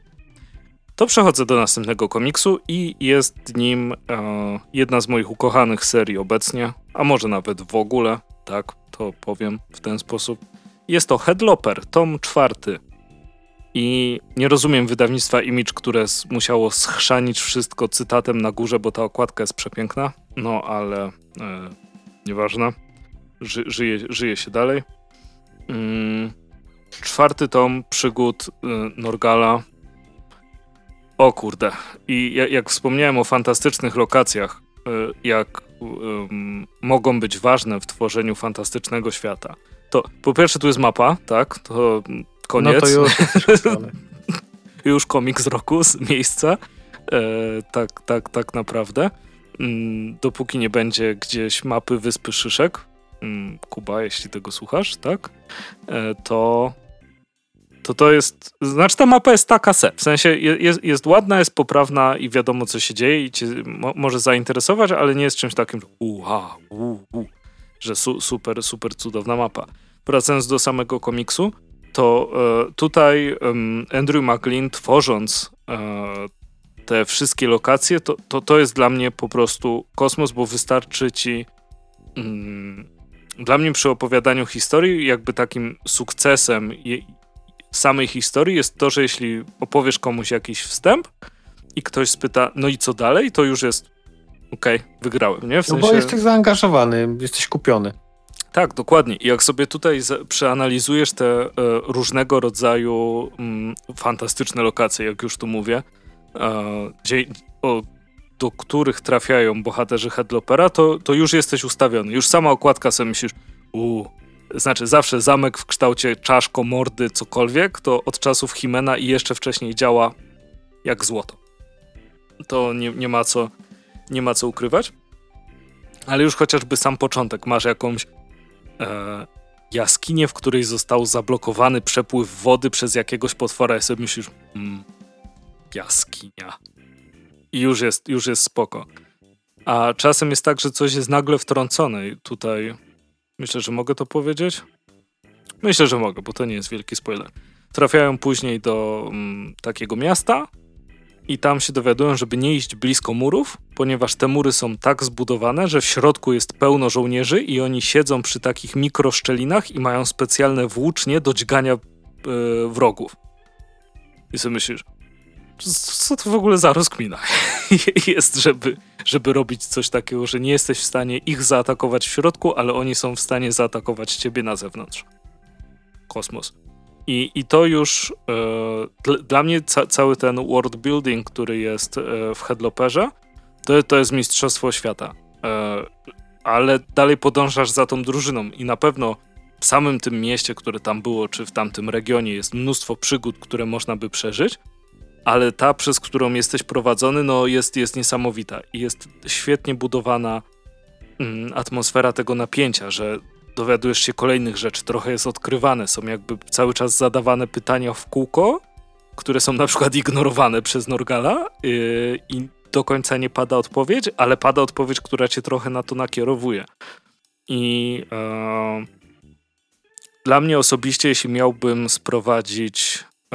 Speaker 1: To przechodzę do następnego komiksu i jest nim e, jedna z moich ukochanych serii obecnie, a może nawet w ogóle, tak, to powiem w ten sposób. Jest to Headloper, tom czwarty. I nie rozumiem wydawnictwa Image, które musiało schrzanić wszystko cytatem na górze, bo ta okładka jest przepiękna. No, ale e, nieważne. Ży, żyje, żyje się dalej. Mm, czwarty tom przygód y, Norgala. O kurde. I jak, jak wspomniałem o fantastycznych lokacjach, y, jak y, y, mogą być ważne w tworzeniu fantastycznego świata, to po pierwsze tu jest mapa, tak? To koniec.
Speaker 2: No to już
Speaker 1: już komiks roku z miejsca. E, tak, tak, tak naprawdę. Mm, dopóki nie będzie gdzieś mapy Wyspy Szyszek, mm, Kuba, jeśli tego słuchasz, tak? E, to, to to jest... Znaczy ta mapa jest taka se. W sensie jest, jest ładna, jest poprawna i wiadomo, co się dzieje i cię mo, może zainteresować, ale nie jest czymś takim, uha, u, u, że su, super, super cudowna mapa. Wracając do samego komiksu, to e, tutaj e, Andrew McLean tworząc e, te wszystkie lokacje, to, to, to jest dla mnie po prostu kosmos, bo wystarczy ci mm, dla mnie przy opowiadaniu historii jakby takim sukcesem je, samej historii jest to, że jeśli opowiesz komuś jakiś wstęp i ktoś spyta, no i co dalej, to już jest okej, okay, wygrałem, nie? W sensie...
Speaker 2: No bo jesteś zaangażowany, jesteś kupiony. Tak,
Speaker 1: dokładnie. I jak sobie tutaj z, przeanalizujesz te e, różnego rodzaju m, fantastyczne lokacje, jak już tu mówię, e, gdzie, o, do których trafiają bohaterzy Headlopera, to, to już jesteś ustawiony. Już sama okładka sobie myślisz, uuu, znaczy zawsze zamek w kształcie czaszko, mordy, cokolwiek, to od czasów Himena i jeszcze wcześniej działa jak złoto. To nie, nie ma co, nie ma co ukrywać. Ale już chociażby sam początek. Masz jakąś e, jaskinię, w której został zablokowany przepływ wody przez jakiegoś potwora i sobie myślisz, mm, jaskinia. I już jest, już jest spoko. A czasem jest tak, że coś jest nagle wtrącone i tutaj myślę, że mogę to powiedzieć? Myślę, że mogę, bo to nie jest wielki spoiler. Trafiają później do mm, takiego miasta i tam się dowiadują, żeby nie iść blisko murów, ponieważ te mury są tak zbudowane, że w środku jest pełno żołnierzy i oni siedzą przy takich mikroszczelinach i mają specjalne włócznie do dźgania yy, wrogów. I sobie myślisz, co to w ogóle za rozkmina jest, żeby, żeby robić coś takiego, że nie jesteś w stanie ich zaatakować w środku, ale oni są w stanie zaatakować ciebie na zewnątrz. Kosmos. I, i to już e, dla, dla mnie ca, cały ten world building, który jest e, w Headloperze, to, to jest mistrzostwo świata. E, ale dalej podążasz za tą drużyną i na pewno w samym tym mieście, które tam było, czy w tamtym regionie jest mnóstwo przygód, które można by przeżyć, ale ta, przez którą jesteś prowadzony, no jest, jest niesamowita i jest świetnie budowana mm, atmosfera tego napięcia, że dowiadujesz się kolejnych rzeczy, trochę jest odkrywane, są jakby cały czas zadawane pytania w kółko, które są na przykład ignorowane przez Norgala yy, i do końca nie pada odpowiedź, ale pada odpowiedź, która cię trochę na to nakierowuje. I yy, dla mnie osobiście, jeśli miałbym sprowadzić yy,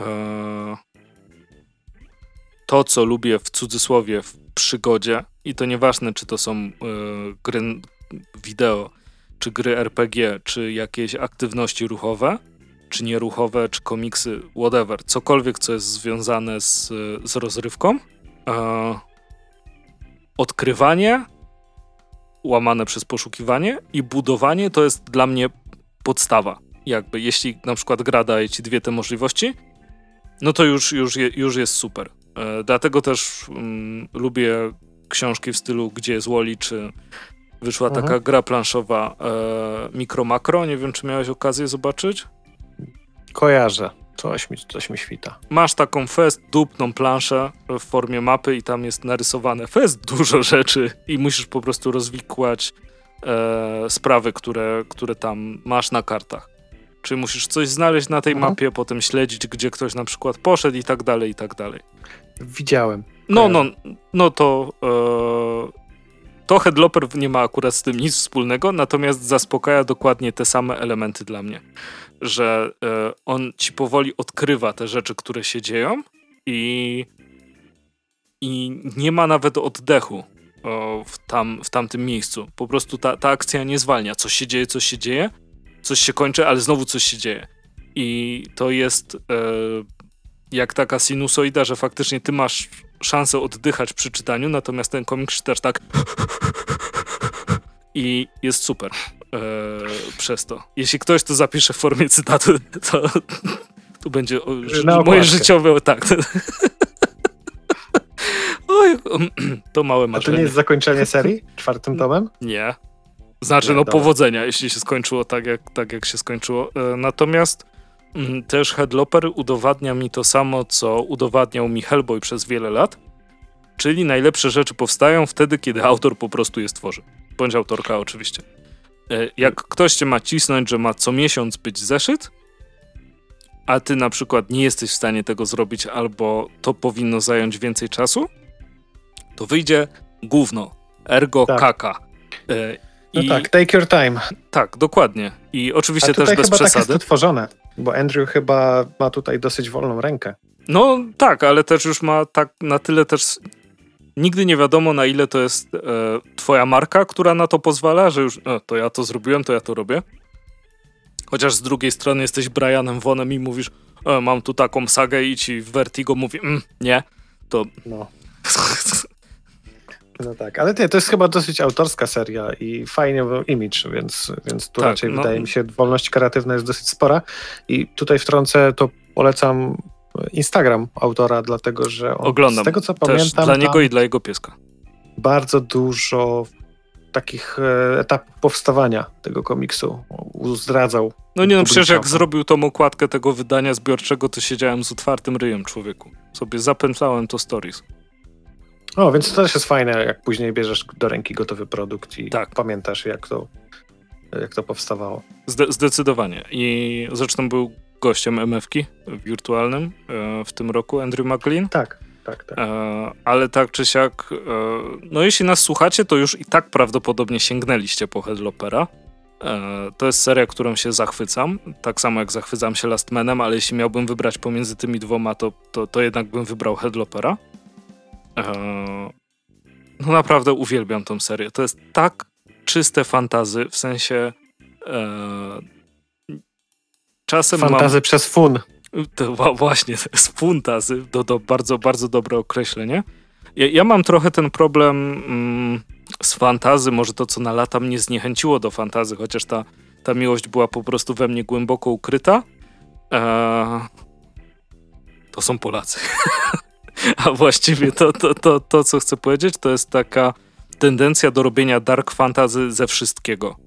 Speaker 1: to, co lubię w cudzysłowie w przygodzie, i to nieważne, czy to są yy, gry wideo, czy gry er pe gie, czy jakieś aktywności ruchowe, czy nieruchowe, czy komiksy, whatever, cokolwiek, co jest związane z, z rozrywką. E, odkrywanie, łamane przez poszukiwanie i budowanie to jest dla mnie podstawa. Jakby, jeśli na przykład gra daje ci dwie te możliwości, no to już, już, je, już jest super. E, dlatego też mm, lubię książki w stylu Gdzie jest Wall-E, czy wyszła mhm. taka gra planszowa e, Mikro Makro. Nie wiem, czy miałeś okazję zobaczyć?
Speaker 2: Kojarzę. Coś mi, coś mi świta.
Speaker 1: Masz taką fest dupną planszę w formie mapy i tam jest narysowane fest dużo rzeczy i musisz po prostu rozwikłać e, sprawy, które, które tam masz na kartach. Czyli musisz coś znaleźć na tej mhm. mapie, potem śledzić, gdzie ktoś na przykład poszedł i tak dalej, i tak dalej.
Speaker 2: Widziałem.
Speaker 1: No, no, no to e, to Headloper nie ma akurat z tym nic wspólnego, natomiast zaspokaja dokładnie te same elementy dla mnie. Że e, on ci powoli odkrywa te rzeczy, które się dzieją i, i nie ma nawet oddechu o, w, tam, w tamtym miejscu. Po prostu ta, ta akcja nie zwalnia. Coś się dzieje, coś się dzieje, coś się kończy, ale znowu coś się dzieje. I to jest e, jak taka sinusoida, że faktycznie ty masz szansę oddychać przy czytaniu, natomiast ten komiks czytasz tak i jest super e, przez to. Jeśli ktoś to zapisze w formie cytatu, to, to będzie o, moje życiowe, tak. Oj, to małe marzenie.
Speaker 2: A to nie jest zakończenie serii czwartym tomem?
Speaker 1: Nie. Znaczy, no powodzenia, jeśli się skończyło tak, jak, tak jak się skończyło. E, natomiast m, też Headloper udowadnia mi to samo, co udowadniał mi Hellboy przez wiele lat, czyli najlepsze rzeczy powstają wtedy, kiedy autor po prostu je stworzy. Bądź autorka oczywiście. E, jak ktoś cię ma cisnąć, że ma co miesiąc być zeszyt, a ty na przykład nie jesteś w stanie tego zrobić, albo to powinno zająć więcej czasu, to wyjdzie gówno. Ergo tak. kaka. E,
Speaker 2: No I... tak, take your time.
Speaker 1: Tak, dokładnie. I oczywiście
Speaker 2: a tutaj
Speaker 1: też bez
Speaker 2: chyba
Speaker 1: przesady.
Speaker 2: Tak jest to tworzone, bo Andrew chyba ma tutaj dosyć wolną rękę.
Speaker 1: No tak, ale też już ma tak na tyle też... Nigdy nie wiadomo, na ile to jest e, twoja marka, która na to pozwala, że już e, to ja to zrobiłem, to ja to robię. Chociaż z drugiej strony jesteś Brianem Vonem i mówisz, e, mam tu taką sagę i ci Vertigo mówi, mm, nie, to...
Speaker 2: No. No tak, ale nie, to jest chyba dosyć autorska seria i fajnie był image, więc, więc tu tak, raczej no, wydaje mi się, wolność kreatywna jest dosyć spora i tutaj wtrącę, to polecam Instagram autora, dlatego że on,
Speaker 1: oglądam.
Speaker 2: Z tego co
Speaker 1: też
Speaker 2: pamiętam,
Speaker 1: dla niego i dla jego pieska.
Speaker 2: Bardzo dużo takich etapów powstawania tego komiksu zdradzał.
Speaker 1: No nie no, przecież jak zrobił tą okładkę tego wydania zbiorczego, to siedziałem z otwartym ryjem, człowieku. Sobie zapętlałem to stories.
Speaker 2: O, więc to też jest fajne, jak później bierzesz do ręki gotowy produkt i tak. pamiętasz, jak to, jak to powstawało.
Speaker 1: Zde- zdecydowanie. I zresztą był gościem em ef ki wirtualnym e, w tym roku, Andrew McLean.
Speaker 2: Tak, tak, tak.
Speaker 1: E, ale tak czy siak, e, no jeśli nas słuchacie, to już i tak prawdopodobnie sięgnęliście po Headlopera. E, to jest seria, którą się zachwycam. Tak samo jak zachwycam się Last Manem, ale jeśli miałbym wybrać pomiędzy tymi dwoma, to, to, to jednak bym wybrał Headlopera. No naprawdę uwielbiam tą serię. To jest tak czyste fantazy, w sensie e, czasem
Speaker 2: fantazy
Speaker 1: mam,
Speaker 2: przez fun.
Speaker 1: To właśnie, z funtazy, to, to bardzo, bardzo dobre określenie. Ja, ja mam trochę ten problem mm, z fantazy, może to, co na lata mnie zniechęciło do fantazy, chociaż ta, ta miłość była po prostu we mnie głęboko ukryta. Eee, to są Polacy. A właściwie to, to, to, to, co chcę powiedzieć, to jest taka tendencja do robienia dark fantasy ze wszystkiego.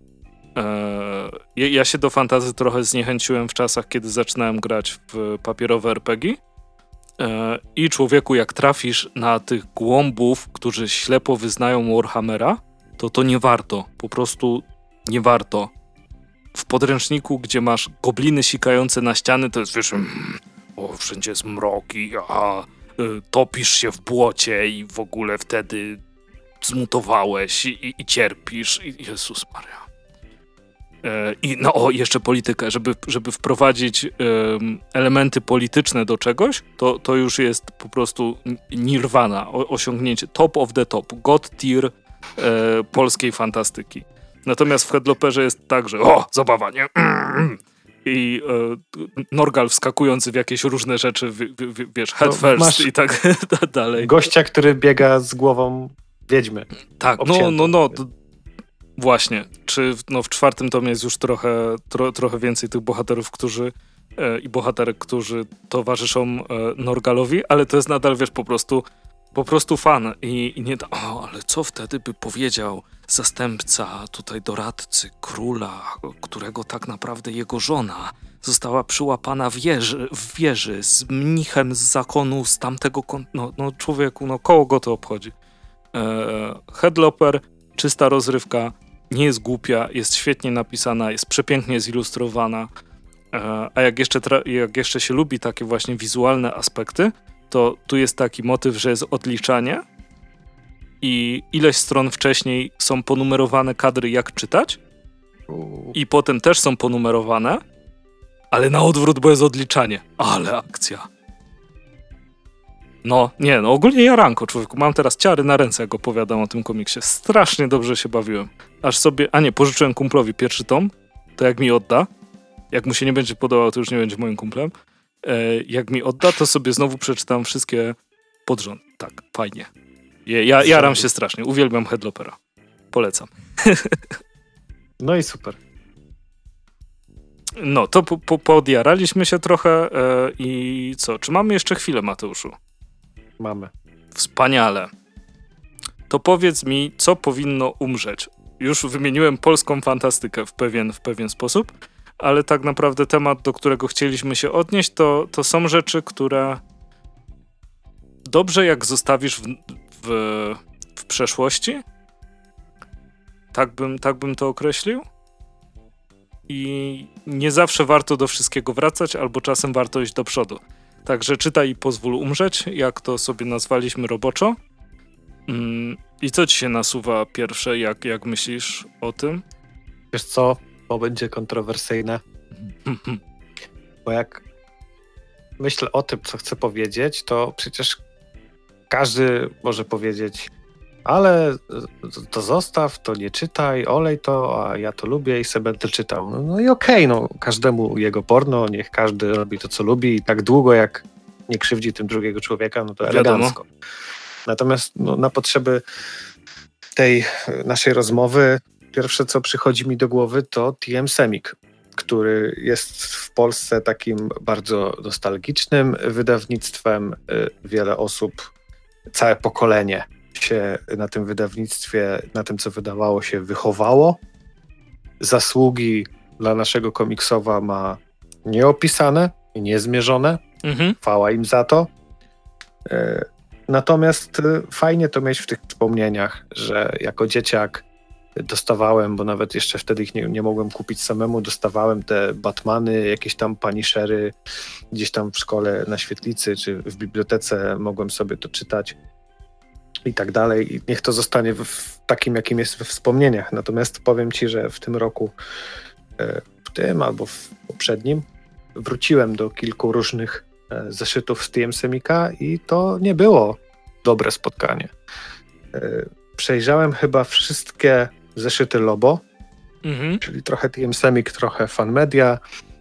Speaker 1: Eee, ja się do fantasy trochę zniechęciłem w czasach, kiedy zaczynałem grać w papierowe er pe gie. Eee, I człowieku, jak trafisz na tych głąbów, którzy ślepo wyznają Warhammera, to to nie warto. Po prostu nie warto. W podręczniku, gdzie masz gobliny sikające na ściany, to jest, wiesz, mm, o, wszędzie jest mroki, a y, topisz się w błocie i w ogóle wtedy zmutowałeś i, i, i cierpisz. I, Jezus Maria. E, I no o, jeszcze politykę. Żeby, żeby wprowadzić y, elementy polityczne do czegoś, to, to już jest po prostu nirwana, o, osiągnięcie top of the top, god tier e, polskiej fantastyki. Natomiast w Headloperze jest tak, że o, zabawa, nie? I e, Norgal wskakujący w jakieś różne rzeczy, w, w, w, wiesz, head
Speaker 2: no,
Speaker 1: first i tak dalej.
Speaker 2: Gościa, który biega z głową wiedźmy.
Speaker 1: Tak, no, no, no, d- właśnie. Czy no, w czwartym tomie jest już trochę, tro, trochę więcej tych bohaterów, którzy e, i bohaterek, którzy towarzyszą e, Norgalowi, ale to jest nadal, wiesz, po prostu po prostu fan i, i nie da, o, ale co wtedy by powiedział zastępca tutaj doradcy króla, którego tak naprawdę jego żona została przyłapana w wieży, w wieży z mnichem z zakonu z tamtego kon- no, no człowieku, no koło go to obchodzi. Eee, Headloper, czysta rozrywka, nie jest głupia, jest świetnie napisana, jest przepięknie zilustrowana, eee, a jak jeszcze, tra- jak jeszcze się lubi takie właśnie wizualne aspekty, to tu jest taki motyw, że jest odliczanie i ileś stron wcześniej są ponumerowane kadry, jak czytać i potem też są ponumerowane, ale na odwrót, bo jest odliczanie. Ale akcja. No, nie, no ogólnie jaranko, człowieku. Mam teraz ciary na ręce, jak opowiadam o tym komiksie. Strasznie dobrze się bawiłem. Aż sobie, a nie, pożyczyłem kumplowi pierwszy tom, to jak mi odda, jak mu się nie będzie podobał, to już nie będzie moim kumplem. Jak mi odda, to sobie znowu przeczytam wszystkie pod rząd. Tak, fajnie. Ja, ja jaram się strasznie. Uwielbiam Headlopera. Polecam.
Speaker 2: No i super.
Speaker 1: No, to po, po, podjaraliśmy się trochę e, i co? Czy mamy jeszcze chwilę, Mateuszu?
Speaker 2: Mamy.
Speaker 1: Wspaniale. To powiedz mi, co powinno umrzeć. Już wymieniłem polską fantastykę w pewien, w pewien sposób, ale tak naprawdę temat, do którego chcieliśmy się odnieść, to, to są rzeczy, które dobrze jak zostawisz w, w, w przeszłości. Tak bym, tak bym to określił. I nie zawsze warto do wszystkiego wracać, albo czasem warto iść do przodu. Także czytaj i pozwól umrzeć, jak to sobie nazwaliśmy roboczo. Mm, I co ci się nasuwa pierwsze, jak, jak myślisz o tym?
Speaker 2: Wiesz co? Bo będzie kontrowersyjne. Bo jak myślę o tym, co chcę powiedzieć, to przecież każdy może powiedzieć, ale to zostaw, to nie czytaj, olej to, a ja to lubię i sobie będę czytał. No, no i okej, okay, no każdemu jego porno, niech każdy robi to, co lubi i tak długo, jak nie krzywdzi tym drugiego człowieka, no to elegancko. Wiadomo. Natomiast no, na potrzeby tej naszej rozmowy pierwsze, co przychodzi mi do głowy, to T M Semik, który jest w Polsce takim bardzo nostalgicznym wydawnictwem. Wiele osób, całe pokolenie się na tym wydawnictwie, na tym, co wydawało się, wychowało. Zasługi dla naszego komiksowa ma nieopisane i niezmierzone. Mhm. Chwała im za to. Natomiast fajnie to mieć w tych wspomnieniach, że jako dzieciak dostawałem, bo nawet jeszcze wtedy ich nie, nie mogłem kupić samemu, dostawałem te Batmany, jakieś tam Punishery, gdzieś tam w szkole na świetlicy, czy w bibliotece mogłem sobie to czytać i tak dalej. I niech to zostanie w, w takim, jakim jest we wspomnieniach. Natomiast powiem ci, że w tym roku, w tym albo w poprzednim, wróciłem do kilku różnych zeszytów z T M Semika i to nie było dobre spotkanie. Przejrzałem chyba wszystkie zeszyty Lobo, mhm. czyli trochę T M Semik, trochę Fan Media,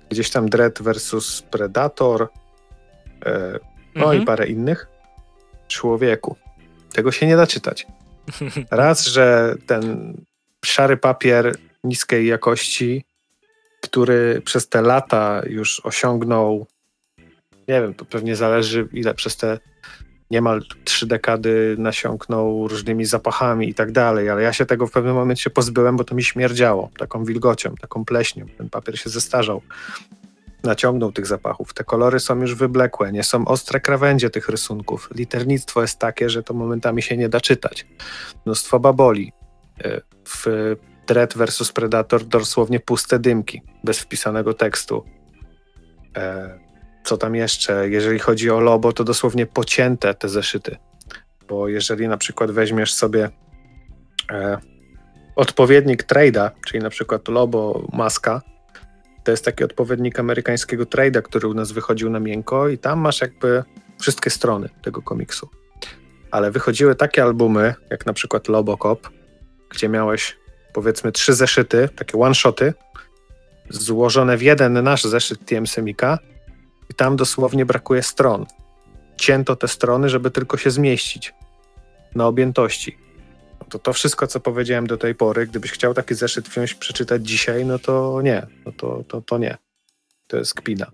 Speaker 2: gdzieś tam Dredd versus Predator, e, no mhm. i parę innych. Człowieku, tego się nie da czytać. Raz, że ten szary papier niskiej jakości, który przez te lata już osiągnął, nie wiem, to pewnie zależy ile przez te niemal trzy dekady nasiąknął różnymi zapachami i tak dalej, ale ja się tego w pewnym momencie pozbyłem, bo to mi śmierdziało taką wilgocią, taką pleśnią. Ten papier się zestarzał. Naciągnął tych zapachów. Te kolory są już wyblekłe, nie są ostre krawędzie tych rysunków. Liternictwo jest takie, że to momentami się nie da czytać. Mnóstwo baboli. W Dredd versus Predator dosłownie puste dymki, bez wpisanego tekstu. Co tam jeszcze? Jeżeli chodzi o Lobo, to dosłownie pocięte te zeszyty. Bo jeżeli na przykład weźmiesz sobie e, odpowiednik trade'a, czyli na przykład Lobo Maska, to jest taki odpowiednik amerykańskiego trade'a, który u nas wychodził na miękko i tam masz jakby wszystkie strony tego komiksu. Ale wychodziły takie albumy, jak na przykład Lobocop, gdzie miałeś powiedzmy trzy zeszyty, takie one-shoty, złożone w jeden nasz zeszyt T M Semika i tam dosłownie brakuje stron. Cięto te strony, żeby tylko się zmieścić na objętości. No to to wszystko, co powiedziałem do tej pory, gdybyś chciał taki zeszyt wziąć, przeczytać dzisiaj, no to nie, no to, to, to nie. To jest kpina.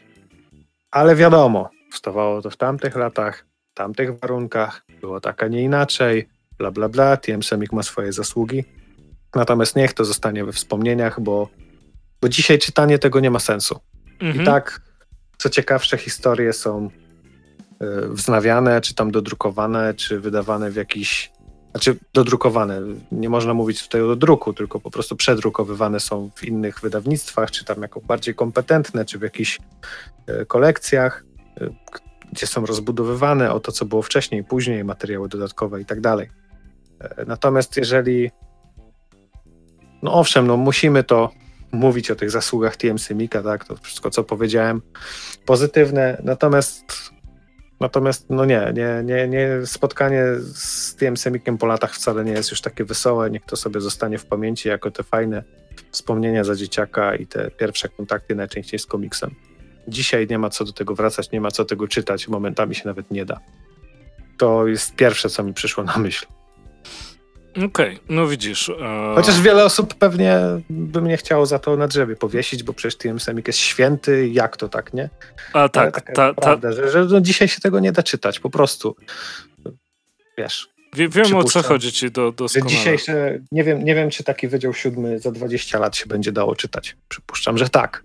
Speaker 2: Ale wiadomo, wstawało to w tamtych latach, w tamtych warunkach, było tak, a nie inaczej, bla bla bla, T M Semik ma swoje zasługi. Natomiast niech to zostanie we wspomnieniach, bo, bo dzisiaj czytanie tego nie ma sensu. Mhm. I tak, co ciekawsze, historie są y, wznawiane, czy tam dodrukowane, czy wydawane w jakiś... Znaczy dodrukowane, nie można mówić tutaj o dodruku, tylko po prostu przedrukowywane są w innych wydawnictwach, czy tam jako bardziej kompetentne, czy w jakichś y, kolekcjach, y, gdzie są rozbudowywane o to, co było wcześniej, później, materiały dodatkowe i tak dalej. Y, natomiast jeżeli no owszem, no musimy to mówić o tych zasługach T M Semika, tak, to wszystko, co powiedziałem, pozytywne, natomiast natomiast no nie, nie, nie, nie, spotkanie z T M Semikiem po latach wcale nie jest już takie wesołe, niech to sobie zostanie w pamięci jako te fajne wspomnienia za dzieciaka i te pierwsze kontakty najczęściej z komiksem. Dzisiaj nie ma co do tego wracać, nie ma co tego czytać, momentami się nawet nie da. To jest pierwsze, co mi przyszło na myśl.
Speaker 1: Okej, okay, no widzisz. Uh...
Speaker 2: Chociaż wiele osób pewnie by mnie chciało za to na drzewie powiesić, bo przecież T M Semik jest święty, jak to tak, nie?
Speaker 1: A tak,
Speaker 2: taka
Speaker 1: ta,
Speaker 2: prawda,
Speaker 1: ta...
Speaker 2: że, że no dzisiaj się tego nie da czytać, po prostu. Wiesz.
Speaker 1: Wie, wiem, o co chodzi ci do, doskonale.
Speaker 2: Że dzisiejsze, nie wiem, nie wiem, czy taki Wydział Siódmy za dwadzieścia lat się będzie dało czytać. Przypuszczam, że tak.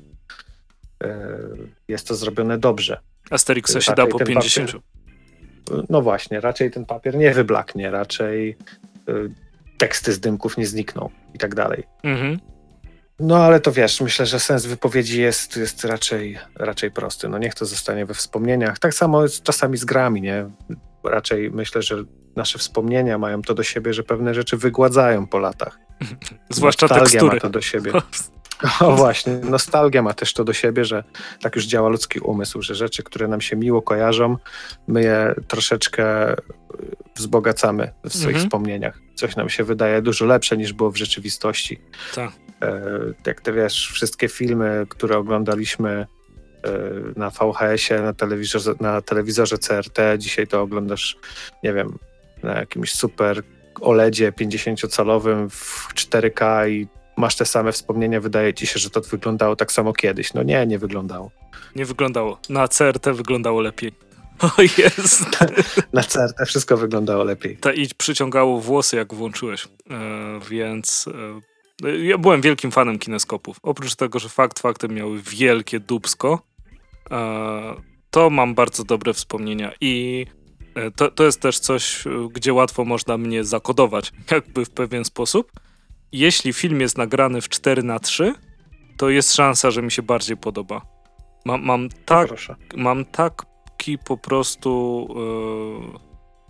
Speaker 2: Jest to zrobione dobrze.
Speaker 1: Asterixa się da po pięćdziesięciu.
Speaker 2: Papier, no właśnie, raczej ten papier nie wyblaknie, raczej teksty z dymków nie znikną i tak dalej. Mhm. No ale to wiesz, myślę, że sens wypowiedzi jest, jest raczej, raczej prosty. No niech to zostanie we wspomnieniach. Tak samo jest czasami z grami, nie? Raczej myślę, że nasze wspomnienia mają to do siebie, że pewne rzeczy wygładzają po latach.
Speaker 1: Zwłaszcza
Speaker 2: nostalgia
Speaker 1: tekstury.
Speaker 2: ma to do siebie. O właśnie, nostalgia ma też to do siebie, że tak już działa ludzki umysł, że rzeczy, które nam się miło kojarzą, my je troszeczkę wzbogacamy w swoich mhm. wspomnieniach. Coś nam się wydaje dużo lepsze niż było w rzeczywistości.
Speaker 1: Tak.
Speaker 2: E, jak ty wiesz, wszystkie filmy, które oglądaliśmy e, na V H S-ie, na telewizorze, na telewizorze C R T, dzisiaj to oglądasz, nie wiem, na jakimś super OLEDzie pięćdziesięciocalowym w cztery K i masz te same wspomnienia, wydaje ci się, że to wyglądało tak samo kiedyś. No nie, nie wyglądało.
Speaker 1: Nie wyglądało. Na C R T wyglądało lepiej. O jest.
Speaker 2: Na, na C R T wszystko wyglądało lepiej.
Speaker 1: Ta i przyciągało włosy, jak włączyłeś. E, więc e, ja byłem wielkim fanem kineskopów. Oprócz tego, że fakt faktem miały wielkie dupsko, e, to mam bardzo dobre wspomnienia i e, to, to jest też coś, gdzie łatwo można mnie zakodować, jakby w pewien sposób. Jeśli film jest nagrany w cztery na trzy, to jest szansa, że mi się bardziej podoba. Mam, mam tak, mam taki po prostu yy,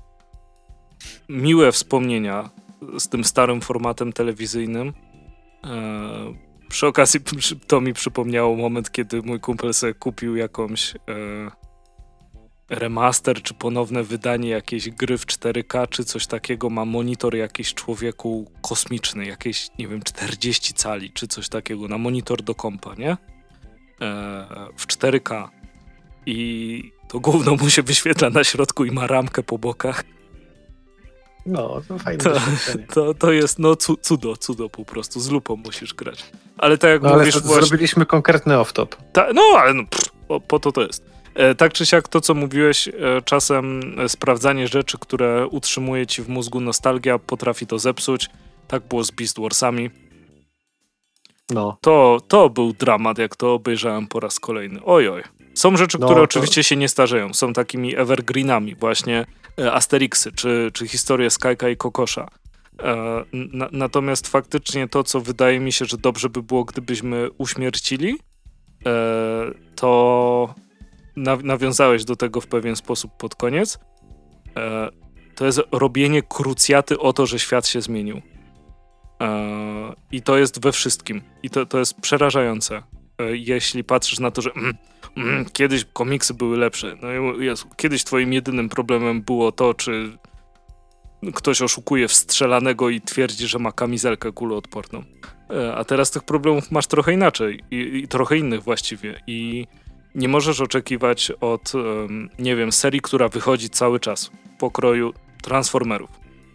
Speaker 1: miłe wspomnienia z tym starym formatem telewizyjnym. Yy, przy okazji to mi przypomniało moment, kiedy mój kumpel sobie kupił jakąś yy, remaster, czy ponowne wydanie jakiejś gry w cztery K, czy coś takiego, ma monitor jakiś człowieku kosmiczny, jakieś, nie wiem, czterdzieści cali, czy coś takiego, na monitor do kompa, nie? w cztery K i to gówno mu się wyświetla na środku i ma ramkę po bokach.
Speaker 2: No, to fajne
Speaker 1: to,
Speaker 2: doświadczenie.
Speaker 1: To, to jest no cudo, cudo po prostu. Z lupą musisz grać. Ale tak jak
Speaker 2: no,
Speaker 1: mówisz...
Speaker 2: Ale to,
Speaker 1: właśnie,
Speaker 2: zrobiliśmy konkretny off-top.
Speaker 1: Ta, no, ale no, pff, po, po to to jest. E, tak czy siak to, co mówiłeś, e, czasem sprawdzanie rzeczy, które utrzymuje ci w mózgu nostalgia, potrafi to zepsuć. Tak było z Beast Warsami.
Speaker 2: No.
Speaker 1: To, to był dramat, jak to obejrzałem po raz kolejny. Oj, oj. Są rzeczy,
Speaker 2: No,
Speaker 1: które
Speaker 2: to...
Speaker 1: oczywiście się nie starzeją. Są takimi evergreenami, właśnie e, Asterixy, czy, czy historie Skajka i Kokosza. E, na, natomiast faktycznie to, co wydaje mi się, że dobrze by było, gdybyśmy uśmiercili, e, to na, nawiązałeś do tego w pewien sposób pod koniec. E, to jest robienie krucjaty o to, że świat się zmienił. E, I to jest we wszystkim. I to, to jest przerażające. E, jeśli patrzysz na to, że mm, mm, kiedyś komiksy były lepsze. No Jezu, kiedyś twoim jedynym problemem było to, czy ktoś oszukuje wstrzelanego i twierdzi, że ma kamizelkę kuloodporną. E, a teraz tych problemów masz trochę inaczej. I, i trochę innych właściwie. I nie możesz oczekiwać od, um, nie wiem, serii, która wychodzi cały czas w pokroju Transformerów.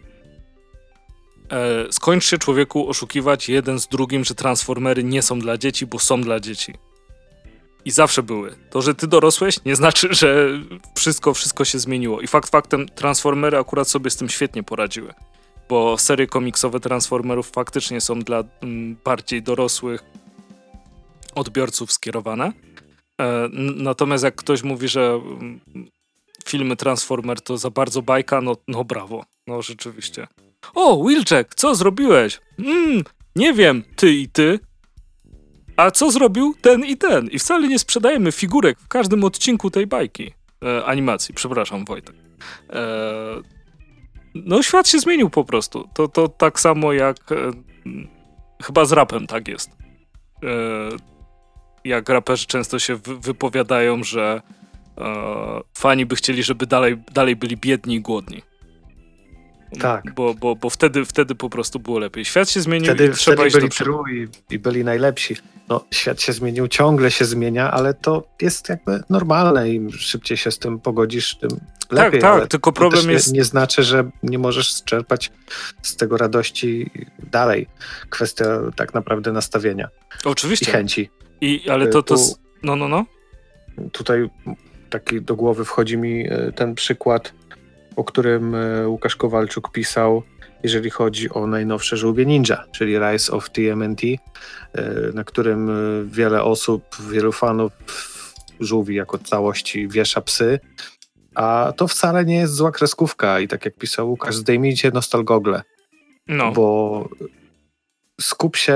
Speaker 1: E, skończ się, człowieku, oszukiwać jeden z drugim, że Transformery nie są dla dzieci, bo są dla dzieci. I zawsze były. To, że ty dorosłeś, nie znaczy, że wszystko, wszystko się zmieniło. I fakt faktem, Transformery akurat sobie z tym świetnie poradziły. Bo serie komiksowe Transformerów faktycznie są dla m, bardziej dorosłych odbiorców skierowane. E, n- natomiast jak ktoś mówi, że m, filmy Transformer to za bardzo bajka, no, no brawo. No rzeczywiście. O, Wheeljack, co zrobiłeś? Mm, nie wiem, ty i ty. A co zrobił ten i ten? I wcale nie sprzedajemy figurek w każdym odcinku tej bajki. E, animacji, przepraszam, Wojtek. E, no świat się zmienił po prostu. To, to tak samo jak e, chyba z rapem tak jest. E, jak raperzy często się wy- wypowiadają, że e, fani by chcieli, żeby dalej, dalej byli biedni i głodni.
Speaker 2: Tak.
Speaker 1: Bo, bo, bo wtedy, wtedy po prostu było lepiej. Świat się zmienił
Speaker 2: wtedy,
Speaker 1: i trzeba
Speaker 2: wtedy
Speaker 1: iść
Speaker 2: byli
Speaker 1: do przodu.
Speaker 2: true i, i byli najlepsi. No, świat się zmienił, ciągle się zmienia, ale to jest jakby normalne. Im szybciej się z tym pogodzisz, tym lepiej.
Speaker 1: tak,
Speaker 2: ale
Speaker 1: tylko
Speaker 2: to
Speaker 1: problem
Speaker 2: też nie,
Speaker 1: jest-
Speaker 2: nie znaczy, że nie możesz czerpać z tego radości dalej. Kwestia tak naprawdę nastawienia i
Speaker 1: Oczywiście.
Speaker 2: chęci.
Speaker 1: I, ale to, to...
Speaker 2: Tu-
Speaker 1: s- No, no, no.
Speaker 2: Tutaj taki do głowy wchodzi mi e, ten przykład, o którym e, Łukasz Kowalczuk pisał, jeżeli chodzi o najnowsze Żółwie Ninja, czyli Rise of T M N T, e, na którym e, wiele osób, wielu fanów Żółwi jako całości wiesza psy, a to wcale nie jest zła kreskówka i tak jak pisał Łukasz, zdejmijcie nostalgogle,
Speaker 1: No.
Speaker 2: bo skup się,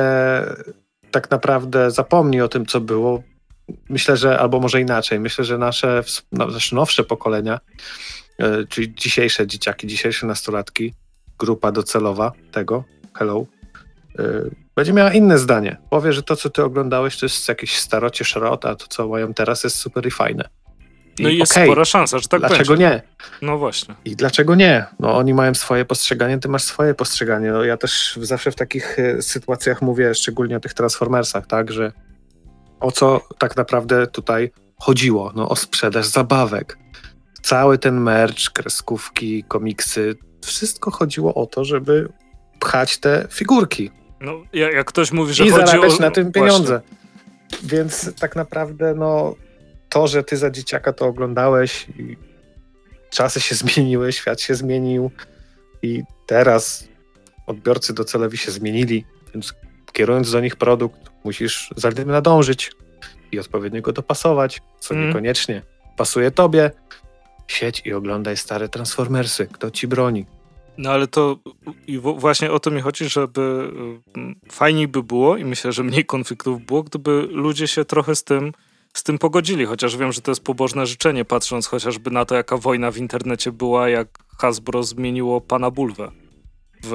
Speaker 2: tak naprawdę zapomnij o tym, co było. Myślę, że, albo może inaczej, myślę, że nasze, nasze nowsze pokolenia, yy, czyli dzisiejsze dzieciaki, dzisiejsze nastolatki, grupa docelowa tego, hello, yy, będzie miała inne zdanie. Powie, że to, co ty oglądałeś, to jest jakieś starocie szrot, a to, co mają teraz, jest super i fajne. I
Speaker 1: No i jest
Speaker 2: okej,
Speaker 1: spora szansa, że tak
Speaker 2: dlaczego
Speaker 1: będzie.
Speaker 2: nie?
Speaker 1: No właśnie.
Speaker 2: I dlaczego nie? No oni mają swoje postrzeganie, ty masz swoje postrzeganie. No, ja też zawsze w takich e, sytuacjach mówię, szczególnie o tych Transformersach, tak, że o co tak naprawdę tutaj chodziło? No o sprzedaż zabawek. Cały ten merch, kreskówki, komiksy, wszystko chodziło o to, żeby pchać te figurki
Speaker 1: No, jak, jak ktoś mówi, że
Speaker 2: i
Speaker 1: chodzi
Speaker 2: zarabiać
Speaker 1: o...
Speaker 2: na tym
Speaker 1: Właśnie.
Speaker 2: pieniądze. Więc tak naprawdę no to, że ty za dzieciaka to oglądałeś i czasy się zmieniły, świat się zmienił i teraz odbiorcy docelowi się zmienili, więc kierując do nich produkt, musisz za tym nadążyć i odpowiednio go dopasować, co
Speaker 1: Mm.
Speaker 2: niekoniecznie pasuje tobie. Siedź i oglądaj stare Transformersy. Kto ci broni?
Speaker 1: No ale to i w- właśnie o to mi chodzi, żeby y, fajniej by było i myślę, że mniej konfliktów było, gdyby ludzie się trochę z tym, z tym pogodzili, chociaż wiem, że to jest pobożne życzenie, patrząc chociażby na to, jaka wojna w internecie była, jak Hasbro zmieniło Pana Bulwę w...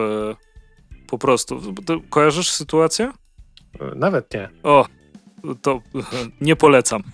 Speaker 1: po prostu. Ty kojarzysz sytuację?
Speaker 2: Nawet nie.
Speaker 1: O, to nie polecam.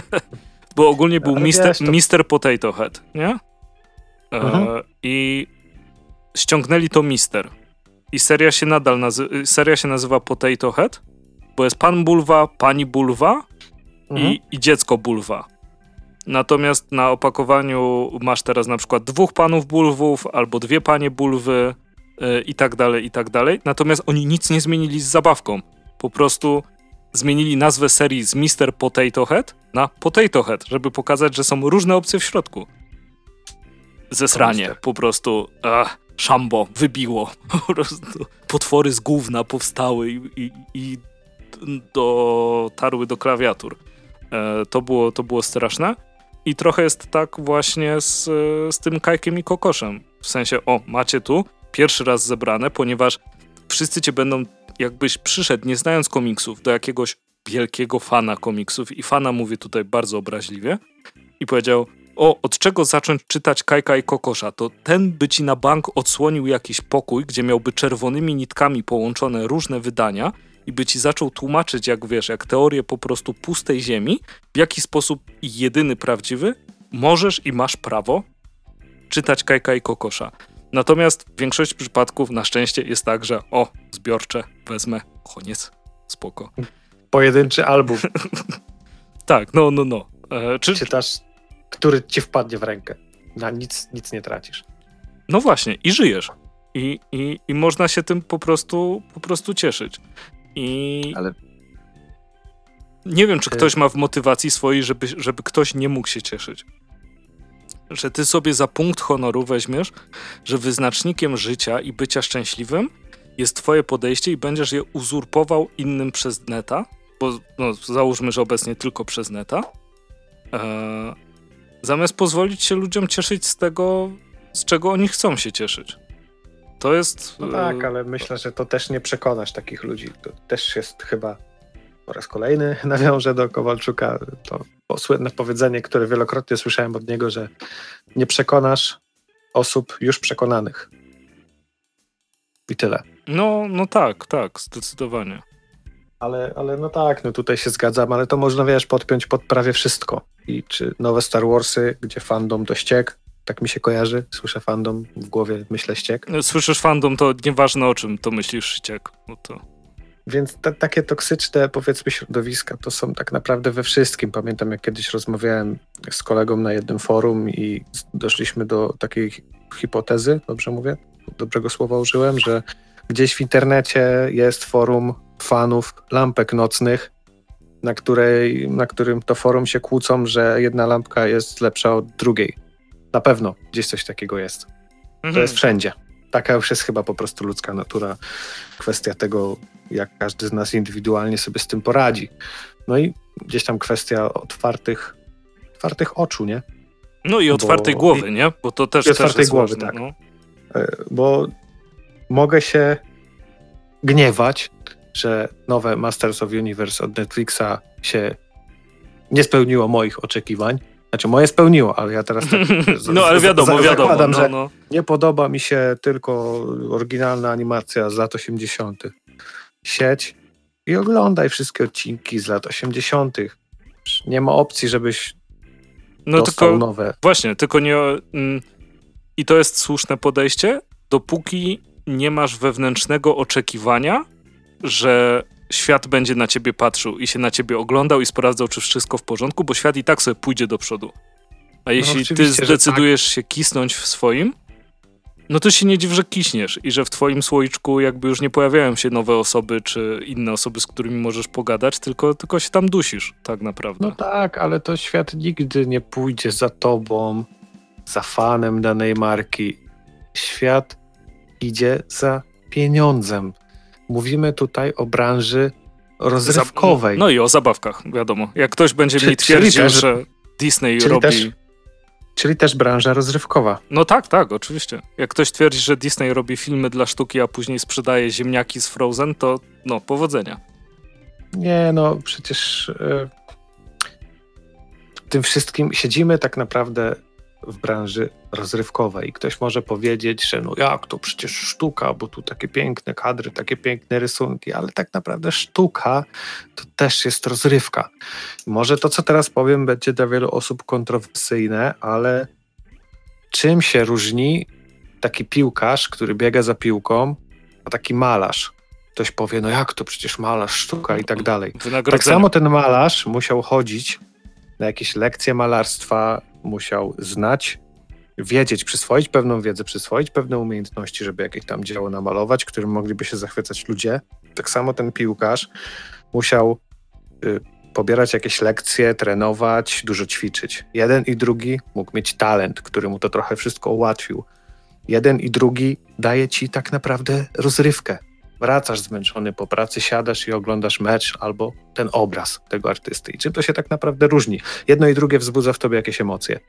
Speaker 1: Bo ogólnie był
Speaker 2: Ale
Speaker 1: mister,
Speaker 2: wiesz, to-
Speaker 1: mister Potato Head, nie? E,
Speaker 2: Mhm.
Speaker 1: I ściągnęli to Mister. I seria się nadal nazy- seria się nazywa Potato Head, bo jest Pan Bulwa, Pani Bulwa mhm. i, i dziecko Bulwa. Natomiast na opakowaniu masz teraz na przykład dwóch panów Bulwów albo dwie panie Bulwy yy, i tak dalej, i tak dalej. Natomiast oni nic nie zmienili z zabawką. Po prostu zmienili nazwę serii z mister Potato Head na Potato Head, żeby pokazać, że są różne opcje w środku. Zesranie, po prostu ach, szambo, wybiło. Po prostu potwory z gówna powstały i, i, i dotarły do klawiatur. E, to, było, to było straszne. I trochę jest tak właśnie z, z tym Kajkiem i Kokoszem. W sensie, o, macie tu pierwszy raz zebrane, ponieważ wszyscy cię będą, jakbyś przyszedł, nie znając komiksów, do jakiegoś wielkiego fana komiksów, i fana mówię tutaj bardzo obraźliwie, i powiedział, o, od czego zacząć czytać Kajka i Kokosza, to ten by ci na bank odsłonił jakiś pokój, gdzie miałby czerwonymi nitkami połączone różne wydania i by ci zaczął tłumaczyć, jak wiesz, jak teorię po prostu pustej ziemi, w jaki sposób jedyny prawdziwy możesz i masz prawo czytać Kajka i Kokosza. Natomiast w większości przypadków na szczęście jest tak, że o, zbiorcze, wezmę, koniec, spoko.
Speaker 2: Pojedynczy album.
Speaker 1: Tak, no, no, no. E, czy...
Speaker 2: Czytasz, który ci wpadnie w rękę. Na nic, nic nie tracisz.
Speaker 1: No właśnie, i żyjesz. I, i, i można się tym po prostu, po prostu cieszyć. I
Speaker 2: Ale...
Speaker 1: nie wiem, czy ktoś ma w motywacji swojej, żeby, żeby ktoś nie mógł się cieszyć. Że ty sobie za punkt honoru weźmiesz, że wyznacznikiem życia i bycia szczęśliwym jest twoje podejście i będziesz je uzurpował innym przez neta, bo no, załóżmy, że obecnie tylko przez neta, eee, zamiast pozwolić się ludziom cieszyć z tego, z czego oni chcą się cieszyć. To jest...
Speaker 2: No tak, ale myślę, że to też nie przekonasz takich ludzi. To też jest chyba po raz kolejny nawiążę do Kowalczuka to słynne powiedzenie, które wielokrotnie słyszałem od niego, że nie przekonasz osób już przekonanych. I tyle.
Speaker 1: No, no tak, tak, zdecydowanie.
Speaker 2: Ale, ale no tak, no tutaj się zgadzam, ale to można, wiesz, podpiąć pod prawie wszystko. I czy nowe Star Warsy, gdzie fandom to ściek, tak mi się kojarzy, słyszę fandom, w głowie myślę ściek.
Speaker 1: Słyszysz fandom, to nieważne o czym to myślisz ściek. No to...
Speaker 2: Więc te, takie toksyczne, powiedzmy, środowiska to są tak naprawdę we wszystkim. Pamiętam, jak kiedyś rozmawiałem z kolegą na jednym forum i doszliśmy do takiej hipotezy, dobrze mówię? Dobrego słowa użyłem, że gdzieś w internecie jest forum fanów lampek nocnych, na, której, na którym to forum się kłócą, że jedna lampka jest lepsza od drugiej. Na pewno gdzieś coś takiego jest.
Speaker 1: Mhm.
Speaker 2: To jest wszędzie. Taka już jest chyba po prostu ludzka natura. Kwestia tego, jak każdy z nas indywidualnie sobie z tym poradzi. No i gdzieś tam kwestia otwartych, otwartych oczu, nie?
Speaker 1: No i otwartej
Speaker 2: Bo,
Speaker 1: głowy,
Speaker 2: i,
Speaker 1: nie? Bo to też,
Speaker 2: i otwartej
Speaker 1: też jest
Speaker 2: głowy,
Speaker 1: ważne,
Speaker 2: tak.
Speaker 1: No.
Speaker 2: Bo mogę się gniewać, że nowe Masters of Universe od Netflixa się nie spełniło moich oczekiwań. Znaczy moje spełniło, ale ja teraz tak
Speaker 1: no ale wiadomo,
Speaker 2: z,
Speaker 1: wiadomo.
Speaker 2: zakładam,
Speaker 1: no,
Speaker 2: że
Speaker 1: no.
Speaker 2: nie podoba mi się tylko oryginalna animacja z lat osiemdziesiątych. Siedź i oglądaj wszystkie odcinki z lat osiemdziesiątych. Nie ma opcji, żebyś
Speaker 1: no,
Speaker 2: dostał
Speaker 1: tylko,
Speaker 2: nowe.
Speaker 1: Właśnie, tylko nie... Mm, i to jest słuszne podejście, dopóki nie masz wewnętrznego oczekiwania, że świat będzie na ciebie patrzył i się na ciebie oglądał i sprawdzał, czy wszystko w porządku, bo świat i tak sobie pójdzie do przodu. A jeśli
Speaker 2: no,
Speaker 1: ty zdecydujesz tak. się kisnąć w swoim, no to się nie dziw, że kiśniesz i że w twoim słoiczku jakby już nie pojawiają się nowe osoby czy inne osoby, z którymi możesz pogadać, tylko, tylko się tam dusisz tak naprawdę.
Speaker 2: No tak, ale to świat nigdy nie pójdzie za tobą, za fanem danej marki. Świat idzie za pieniądzem. Mówimy tutaj o branży rozrywkowej.
Speaker 1: No i o zabawkach, wiadomo. Jak ktoś będzie czyli, mi twierdził, też, że Disney
Speaker 2: czyli
Speaker 1: robi...
Speaker 2: Też, czyli też branża rozrywkowa.
Speaker 1: No tak, tak, oczywiście. Jak ktoś twierdzi, że Disney robi filmy dla sztuki, a później sprzedaje ziemniaki z Frozen, to no, powodzenia.
Speaker 2: Nie, no przecież yy, tym wszystkim siedzimy tak naprawdę w branży rozrywkowej i ktoś może powiedzieć, że no jak to przecież sztuka, bo tu takie piękne kadry, takie piękne rysunki, ale tak naprawdę sztuka to też jest rozrywka. Może to, co teraz powiem, będzie dla wielu osób kontrowersyjne, ale czym się różni taki piłkarz, który biega za piłką, a taki malarz, ktoś powie, no jak to, przecież malarz, sztuka i tak dalej. Tak
Speaker 1: Wynagrodzenie.
Speaker 2: samo ten malarz musiał chodzić na jakieś lekcje malarstwa, musiał znać, wiedzieć, przyswoić pewną wiedzę, przyswoić pewne umiejętności, żeby jakieś tam dzieło namalować, którym mogliby się zachwycać ludzie. Tak samo ten piłkarz musiał y, pobierać jakieś lekcje, trenować, dużo ćwiczyć. Jeden i drugi mógł mieć talent, który mu to trochę wszystko ułatwił. Jeden i drugi daje ci tak naprawdę rozrywkę. Wracasz zmęczony po pracy, siadasz i oglądasz mecz albo ten obraz tego artysty. I czym to się tak naprawdę różni? Jedno i drugie wzbudza w tobie jakieś emocje.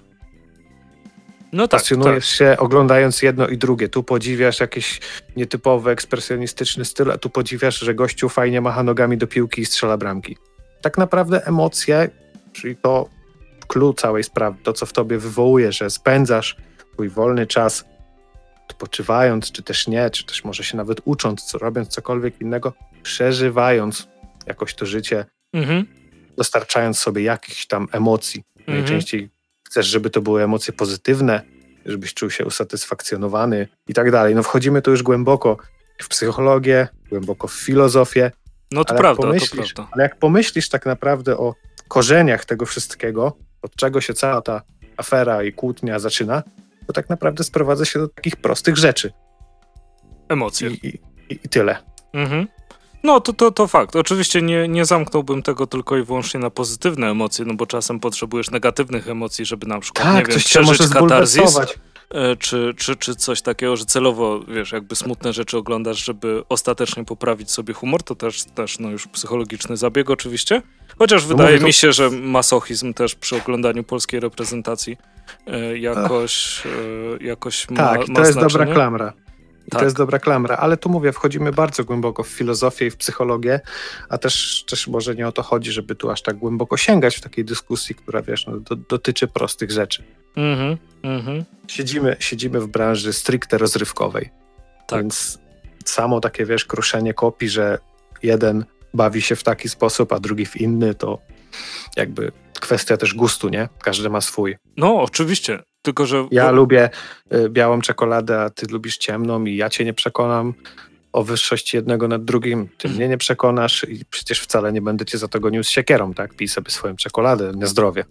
Speaker 1: No tak,
Speaker 2: Pasjonujesz
Speaker 1: tak.
Speaker 2: się oglądając jedno i drugie. Tu podziwiasz jakiś nietypowy, ekspresjonistyczny styl, a tu podziwiasz, że gościu fajnie macha nogami do piłki i strzela bramki. Tak naprawdę emocje, czyli to clue całej sprawy, to co w tobie wywołuje, że spędzasz twój wolny czas odpoczywając, czy też nie, czy też może się nawet ucząc, co robiąc cokolwiek innego, przeżywając jakoś to życie,
Speaker 1: Mhm.
Speaker 2: dostarczając sobie jakichś tam emocji.
Speaker 1: Mhm.
Speaker 2: Najczęściej chcesz, żeby to były emocje pozytywne, żebyś czuł się usatysfakcjonowany i tak dalej. No wchodzimy tu już głęboko w psychologię, głęboko w filozofię.
Speaker 1: No to
Speaker 2: ale
Speaker 1: prawda,
Speaker 2: jak
Speaker 1: to
Speaker 2: pomyślisz,
Speaker 1: prawda.
Speaker 2: Ale jak pomyślisz tak naprawdę o korzeniach tego wszystkiego, od czego się cała ta afera i kłótnia zaczyna, to tak naprawdę sprowadza się do takich prostych rzeczy.
Speaker 1: Emocje.
Speaker 2: I, i, i tyle.
Speaker 1: Mhm. No to, to, to fakt. Oczywiście nie, nie zamknąłbym tego tylko i wyłącznie na pozytywne emocje, no bo czasem potrzebujesz negatywnych emocji, żeby na przykład,
Speaker 2: Tak,
Speaker 1: nie wiem,
Speaker 2: coś cię może
Speaker 1: przeżyć katarzis,
Speaker 2: zbulwersować.
Speaker 1: e, czy, czy, czy coś takiego, że celowo, wiesz, jakby smutne rzeczy oglądasz, żeby ostatecznie poprawić sobie humor, to też, też no już psychologiczny zabieg oczywiście. Chociaż wydaje
Speaker 2: mówię, to-
Speaker 1: mi się, że masochizm też przy oglądaniu polskiej reprezentacji e, jakoś, e, jakoś ma,
Speaker 2: Tak,
Speaker 1: ma
Speaker 2: to jest
Speaker 1: znaczenie.
Speaker 2: dobra klamra. I
Speaker 1: Tak.
Speaker 2: to jest dobra klamra, ale tu mówię, wchodzimy bardzo głęboko w filozofię i w psychologię, a też, też może nie o to chodzi, żeby tu aż tak głęboko sięgać w takiej dyskusji, która, wiesz, no, do, dotyczy prostych rzeczy.
Speaker 1: Mhm, mhm.
Speaker 2: Siedzimy, siedzimy w branży stricte rozrywkowej,
Speaker 1: Tak.
Speaker 2: więc samo takie, wiesz, kruszenie kopii, że jeden bawi się w taki sposób, a drugi w inny, to jakby kwestia też gustu, nie? Każdy ma swój.
Speaker 1: No, oczywiście. Tylko, że...
Speaker 2: Ja
Speaker 1: bo-
Speaker 2: lubię y, białą czekoladę, a ty lubisz ciemną i ja cię nie przekonam o wyższości jednego nad drugim. Ty mnie nie przekonasz i przecież wcale nie będę cię za to gonił z siekierą, tak? Pij sobie swoją czekoladę, na zdrowie.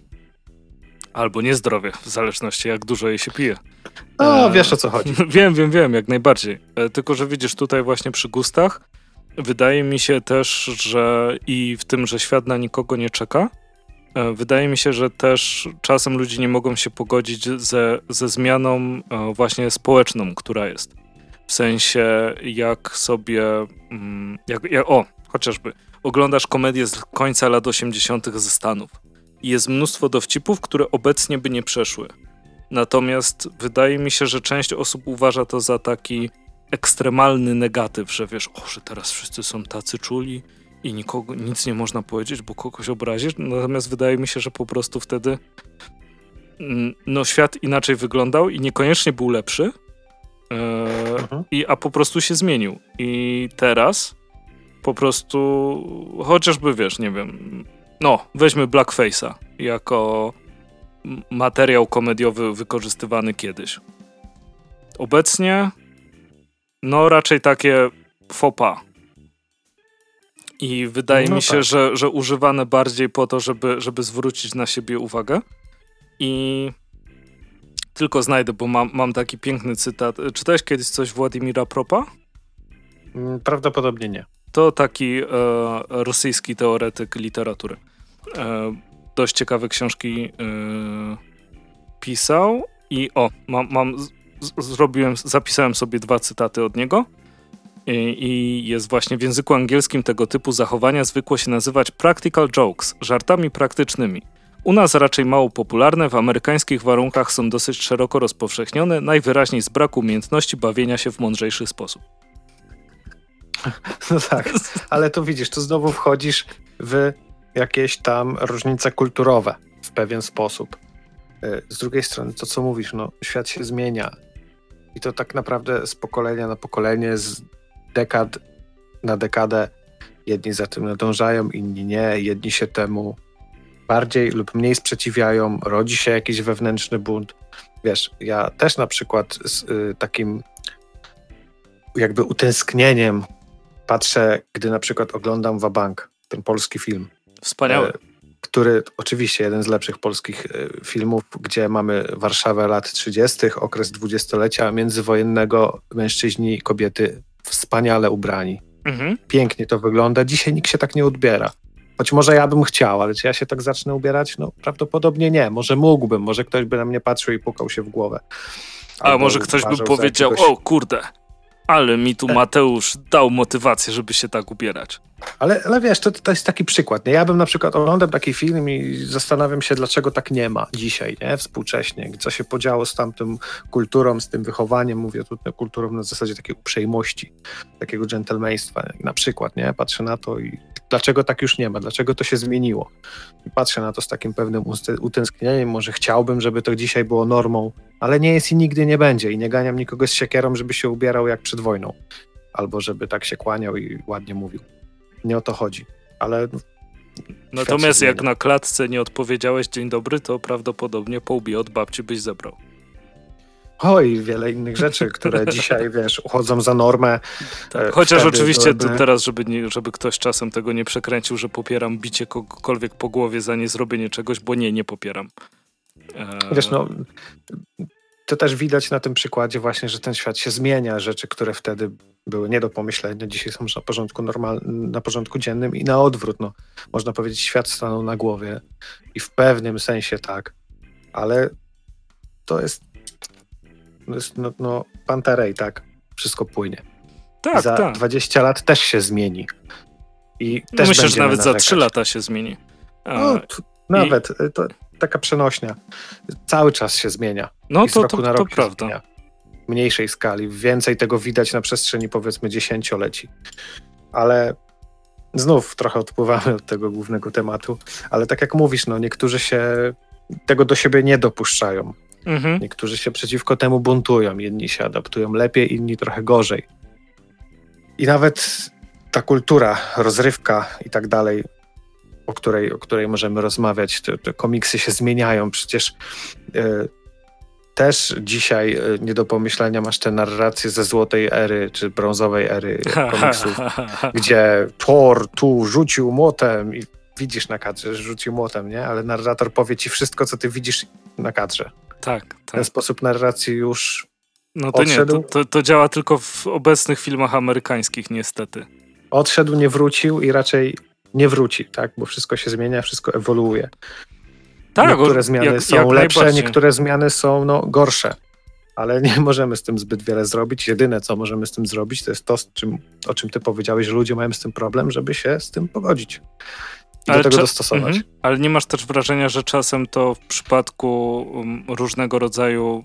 Speaker 1: Albo niezdrowie, w zależności jak dużo jej się pije.
Speaker 2: No,
Speaker 1: E,
Speaker 2: wiesz o co chodzi.
Speaker 1: Wiem, wiem, wiem, jak najbardziej. E, Tylko, że widzisz tutaj właśnie przy gustach, wydaje mi się też, że i w tym, że świat na nikogo nie czeka, e, wydaje mi się, że też czasem ludzie nie mogą się pogodzić ze, ze zmianą e, właśnie społeczną, która jest. W sensie, jak sobie... mm, Jak, jak, o, chociażby, oglądasz komedię z końca lat osiemdziesiątych ze Stanów. I jest mnóstwo dowcipów, które obecnie by nie przeszły. Natomiast wydaje mi się, że część osób uważa to za taki ekstremalny negatyw, że wiesz, o, że teraz wszyscy są tacy czuli i nikogo, nic nie można powiedzieć, bo kogoś obrazisz. Natomiast wydaje mi się, że po prostu wtedy mm, no, świat inaczej wyglądał i niekoniecznie był lepszy, e,
Speaker 2: Mhm.
Speaker 1: i, a po prostu się zmienił. I teraz po prostu chociażby, wiesz, nie wiem, no, weźmy Blackface'a jako m- materiał komediowy wykorzystywany kiedyś. Obecnie no raczej takie faux pas. I wydaje
Speaker 2: No
Speaker 1: mi się,
Speaker 2: tak.
Speaker 1: że, że używane bardziej po to, żeby, żeby zwrócić na siebie uwagę. I tylko znajdę, bo mam, mam taki piękny cytat. Czytałeś kiedyś coś Władimira Propa?
Speaker 2: Mm, Prawdopodobnie nie.
Speaker 1: To taki e, rosyjski teoretyk literatury. E, dość ciekawe książki e, pisał i o, mam, mam z, z, zrobiłem, zapisałem sobie dwa cytaty od niego I, i jest właśnie w języku angielskim tego typu zachowania zwykło się nazywać practical jokes, żartami praktycznymi. U nas raczej mało popularne, w amerykańskich warunkach są dosyć szeroko rozpowszechnione, najwyraźniej z braku umiejętności bawienia się w mądrzejszy sposób.
Speaker 2: No tak, ale tu widzisz, tu znowu wchodzisz w jakieś tam różnice kulturowe w pewien sposób. Y, Z drugiej strony to, co mówisz, no świat się zmienia i to tak naprawdę z pokolenia na pokolenie, z dekad na dekadę jedni za tym nadążają, inni nie, jedni się temu bardziej lub mniej sprzeciwiają, rodzi się jakiś wewnętrzny bunt. Wiesz, ja też na przykład z y, takim jakby utęsknieniem patrzę, gdy na przykład oglądam Wabank, ten polski film.
Speaker 1: Wspaniały.
Speaker 2: E, który oczywiście jeden z lepszych polskich e, filmów, gdzie mamy Warszawę lat trzydziestych, okres dwudziestolecia międzywojennego, mężczyźni i kobiety wspaniale ubrani. Mhm. Pięknie to wygląda. Dzisiaj nikt się tak nie odbiera. Choć może ja bym chciał, ale czy ja się tak zacznę ubierać? No prawdopodobnie nie. Może mógłbym, może ktoś by na mnie patrzył i pukał się w głowę.
Speaker 1: A może ktoś by powiedział, jakiegoś... o kurde, ale mi tu Mateusz dał motywację, żeby się tak ubierać.
Speaker 2: Ale, ale wiesz, to, to jest taki przykład. Nie? Ja bym na przykład oglądam taki film i zastanawiam się, dlaczego tak nie ma dzisiaj, nie? Współcześnie. Co się podziało z tamtym kulturą, z tym wychowaniem, mówię tutaj kulturą na zasadzie takiej uprzejmości, takiego dżentelmeństwa. Na przykład, nie? Patrzę na to i dlaczego tak już nie ma? Dlaczego to się zmieniło? I patrzę na to z takim pewnym utęsknieniem. Może chciałbym, żeby to dzisiaj było normą, ale nie jest i nigdy nie będzie. I nie ganiam nikogo z siekierą, żeby się ubierał jak przed wojną. Albo żeby tak się kłaniał i ładnie mówił. Nie o to chodzi, ale...
Speaker 1: Natomiast jak na klatce nie odpowiedziałeś dzień dobry, to prawdopodobnie po łbie od babci byś zebrał.
Speaker 2: Oj, wiele innych rzeczy, które dzisiaj, wiesz, uchodzą za normę.
Speaker 1: Tak, chociaż oczywiście byłyby... teraz, żeby, nie, żeby ktoś czasem tego nie przekręcił, że popieram bicie kogokolwiek po głowie za niezrobienie czegoś, bo nie, nie popieram.
Speaker 2: E... Wiesz, no... To też widać na tym przykładzie właśnie, że ten świat się zmienia. Rzeczy, które wtedy były nie do pomyślenia, dzisiaj są na porządku normal, na porządku dziennym i na odwrót. No, można powiedzieć, świat stanął na głowie i w pewnym sensie tak, ale to jest, to jest no, no Pantarej, tak? Wszystko płynie.
Speaker 1: Tak,
Speaker 2: I za
Speaker 1: tak.
Speaker 2: dwadzieścia lat też się zmieni. I też
Speaker 1: Myślę, że nawet
Speaker 2: narzekać.
Speaker 1: za trzy lata się zmieni. A,
Speaker 2: no, nawet. I... To, taka przenośnia. Cały czas się zmienia.
Speaker 1: No
Speaker 2: I z
Speaker 1: to,
Speaker 2: roku
Speaker 1: to,
Speaker 2: na
Speaker 1: to
Speaker 2: rok
Speaker 1: prawda.
Speaker 2: Zmienia. W mniejszej skali. Więcej tego widać na przestrzeni powiedzmy dziesięcioleci. Ale znów trochę odpływamy od tego głównego tematu. Ale tak jak mówisz, no niektórzy się tego do siebie nie dopuszczają. Mhm. Niektórzy się przeciwko temu buntują. Jedni się adaptują lepiej, inni trochę gorzej. I nawet ta kultura, rozrywka i tak dalej, o której, o której możemy rozmawiać. Te, te komiksy się zmieniają. Przecież y, też dzisiaj y, nie do pomyślenia masz te narracje ze złotej ery, czy brązowej ery komiksów, gdzie Thor tu rzucił młotem i widzisz na kadrze, że rzucił młotem, nie? Ale narrator powie ci wszystko, co ty widzisz na kadrze.
Speaker 1: Tak, tak.
Speaker 2: Ten sposób narracji już
Speaker 1: No to
Speaker 2: odszedł.
Speaker 1: nie, to, to, to działa tylko w obecnych filmach amerykańskich niestety.
Speaker 2: Odszedł, nie wrócił i raczej nie wróci, tak? Bo wszystko się zmienia, wszystko ewoluuje. Tak, niektóre zmiany jak, są jak lepsze, niektóre zmiany są no, gorsze. Ale nie możemy z tym zbyt wiele zrobić. Jedyne, co możemy z tym zrobić, to jest to, z czym, o czym ty powiedziałeś, że ludzie mają z tym problem, żeby się z tym pogodzić. I ale do tego cza- dostosować. Mhm.
Speaker 1: Ale nie masz też wrażenia, że czasem to w przypadku um, różnego rodzaju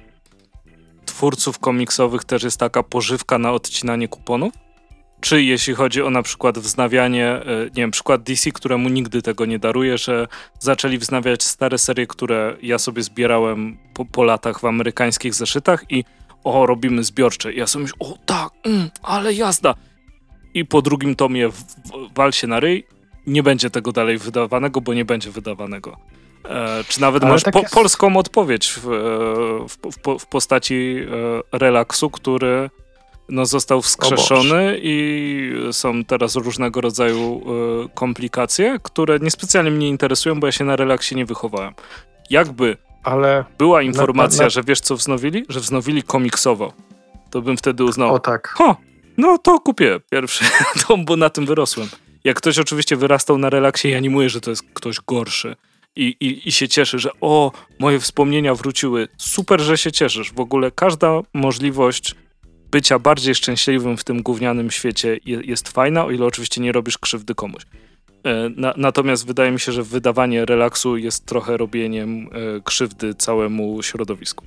Speaker 1: twórców komiksowych też jest taka pożywka na odcinanie kuponów? Czy jeśli chodzi o na przykład wznawianie, nie wiem, przykład D C, któremu nigdy tego nie daruję, że zaczęli wznawiać stare serie, które ja sobie zbierałem po, po latach w amerykańskich zeszytach i o, robimy zbiorcze. I ja sobie myślę, o tak, mm, ale jazda. I po drugim tomie w, w, wal się na ryj, nie będzie tego dalej wydawanego, bo nie będzie wydawanego. E, czy nawet ale masz tak po, polską odpowiedź w, w, w, w postaci e, relaksu, który no, został wskrzeszony i są teraz różnego rodzaju y, komplikacje, które niespecjalnie mnie interesują, bo ja się na relaksie nie wychowałem. Jakby ale była informacja, na, na, na... że wiesz co wznowili? Że wznowili komiksowo. To bym wtedy uznał,
Speaker 2: o tak.
Speaker 1: Ho, no to kupię pierwszy tom, bo na tym wyrosłem. Jak ktoś oczywiście wyrastał na relaksie i animuje, że to jest ktoś gorszy i, i, i się cieszy, że o, moje wspomnienia wróciły. Super, że się cieszysz. W ogóle każda możliwość bycia bardziej szczęśliwym w tym gównianym świecie jest fajna, o ile oczywiście nie robisz krzywdy komuś. Na, natomiast wydaje mi się, że wydawanie relaksu jest trochę robieniem krzywdy całemu środowisku.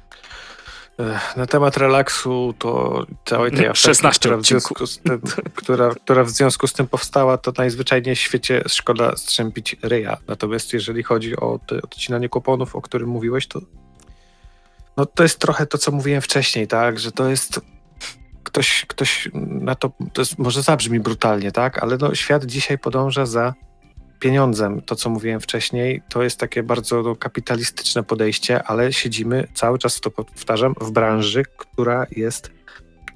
Speaker 2: Na temat relaksu to całej tej afery, która, w związku z tym, która, która w związku z tym powstała, to najzwyczajniej w świecie szkoda strzępić ryja. Natomiast jeżeli chodzi o te odcinanie kuponów, o którym mówiłeś, to no to jest trochę to, co mówiłem wcześniej, tak, że to jest ktoś, ktoś na to, to jest, może zabrzmi brutalnie, tak, ale no, świat dzisiaj podąża za pieniądzem. To, co mówiłem wcześniej, to jest takie bardzo no, kapitalistyczne podejście, ale siedzimy cały czas, to powtarzam, w branży, która jest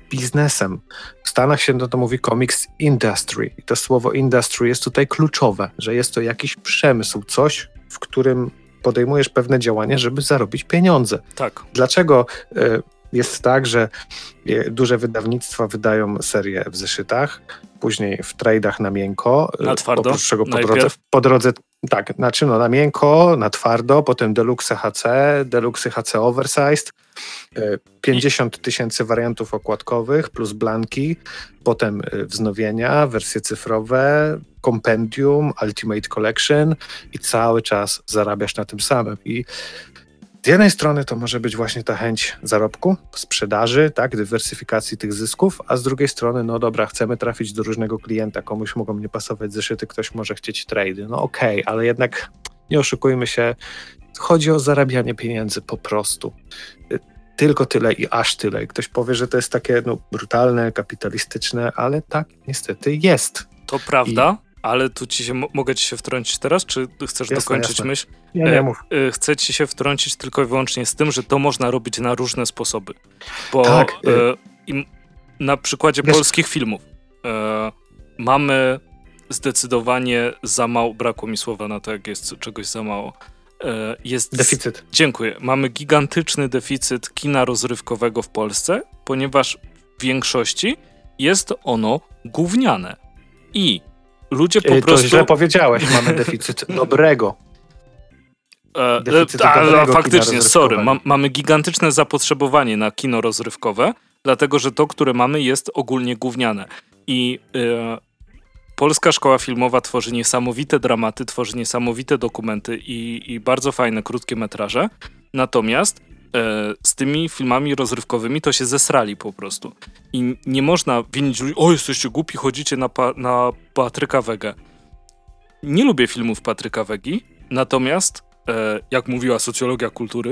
Speaker 2: biznesem. W Stanach się no to mówi comics industry i to słowo industry jest tutaj kluczowe, że jest to jakiś przemysł, coś, w którym podejmujesz pewne działania, żeby zarobić pieniądze.
Speaker 1: Tak.
Speaker 2: Dlaczego y, jest tak, że y, duże wydawnictwa wydają serię w zeszytach, później w trade'ach na miękko,
Speaker 1: na twardo,
Speaker 2: oprócz czego po drodze, po drodze, tak, znaczy no na miękko, na twardo, potem Deluxe H C, Deluxe H C Oversized, pięćdziesiąt tysięcy wariantów okładkowych plus blanki, potem wznowienia, wersje cyfrowe, kompendium, Ultimate Collection i cały czas zarabiasz na tym samym. I z jednej strony to może być właśnie ta chęć zarobku, sprzedaży, tak, dywersyfikacji tych zysków, a z drugiej strony, no dobra, chcemy trafić do różnego klienta, komuś mogą nie pasować zeszyty, ktoś może chcieć trady. No okej, okay, ale jednak nie oszukujmy się, chodzi o zarabianie pieniędzy po prostu. Tylko tyle i aż tyle. I ktoś powie, że to jest takie no, brutalne, kapitalistyczne, ale tak niestety jest.
Speaker 1: To prawda, I... ale tu ci się, mogę ci się wtrącić teraz, czy chcesz jasne, dokończyć
Speaker 2: jasne.
Speaker 1: myśl?
Speaker 2: Ja nie mów.
Speaker 1: E, chcę ci się wtrącić tylko i wyłącznie z tym, że to można robić na różne sposoby. Bo
Speaker 2: tak.
Speaker 1: e, im, na przykładzie Wiesz... polskich filmów e, mamy zdecydowanie za mało, brakło mi słowa na to, jak jest czegoś za mało. Jest,
Speaker 2: deficyt.
Speaker 1: Dziękuję. Mamy gigantyczny deficyt kina rozrywkowego w Polsce, ponieważ w większości jest ono gówniane. I ludzie po
Speaker 2: to
Speaker 1: prostu...
Speaker 2: To źle powiedziałeś, mamy deficyt dobrego.
Speaker 1: E, deficyt a, dobrego faktycznie, sorry. Ma, mamy gigantyczne zapotrzebowanie na kino rozrywkowe, dlatego że to, które mamy, jest ogólnie gówniane. I... E, Polska Szkoła Filmowa tworzy niesamowite dramaty, tworzy niesamowite dokumenty i, i bardzo fajne krótkie metraże. Natomiast e, z tymi filmami rozrywkowymi to się zesrali po prostu. I nie można winić ludzi, o jesteście głupi, chodzicie na, pa, na Patryka Wegę. Nie lubię filmów Patryka Wegi, natomiast, e, jak mówiła socjologia kultury,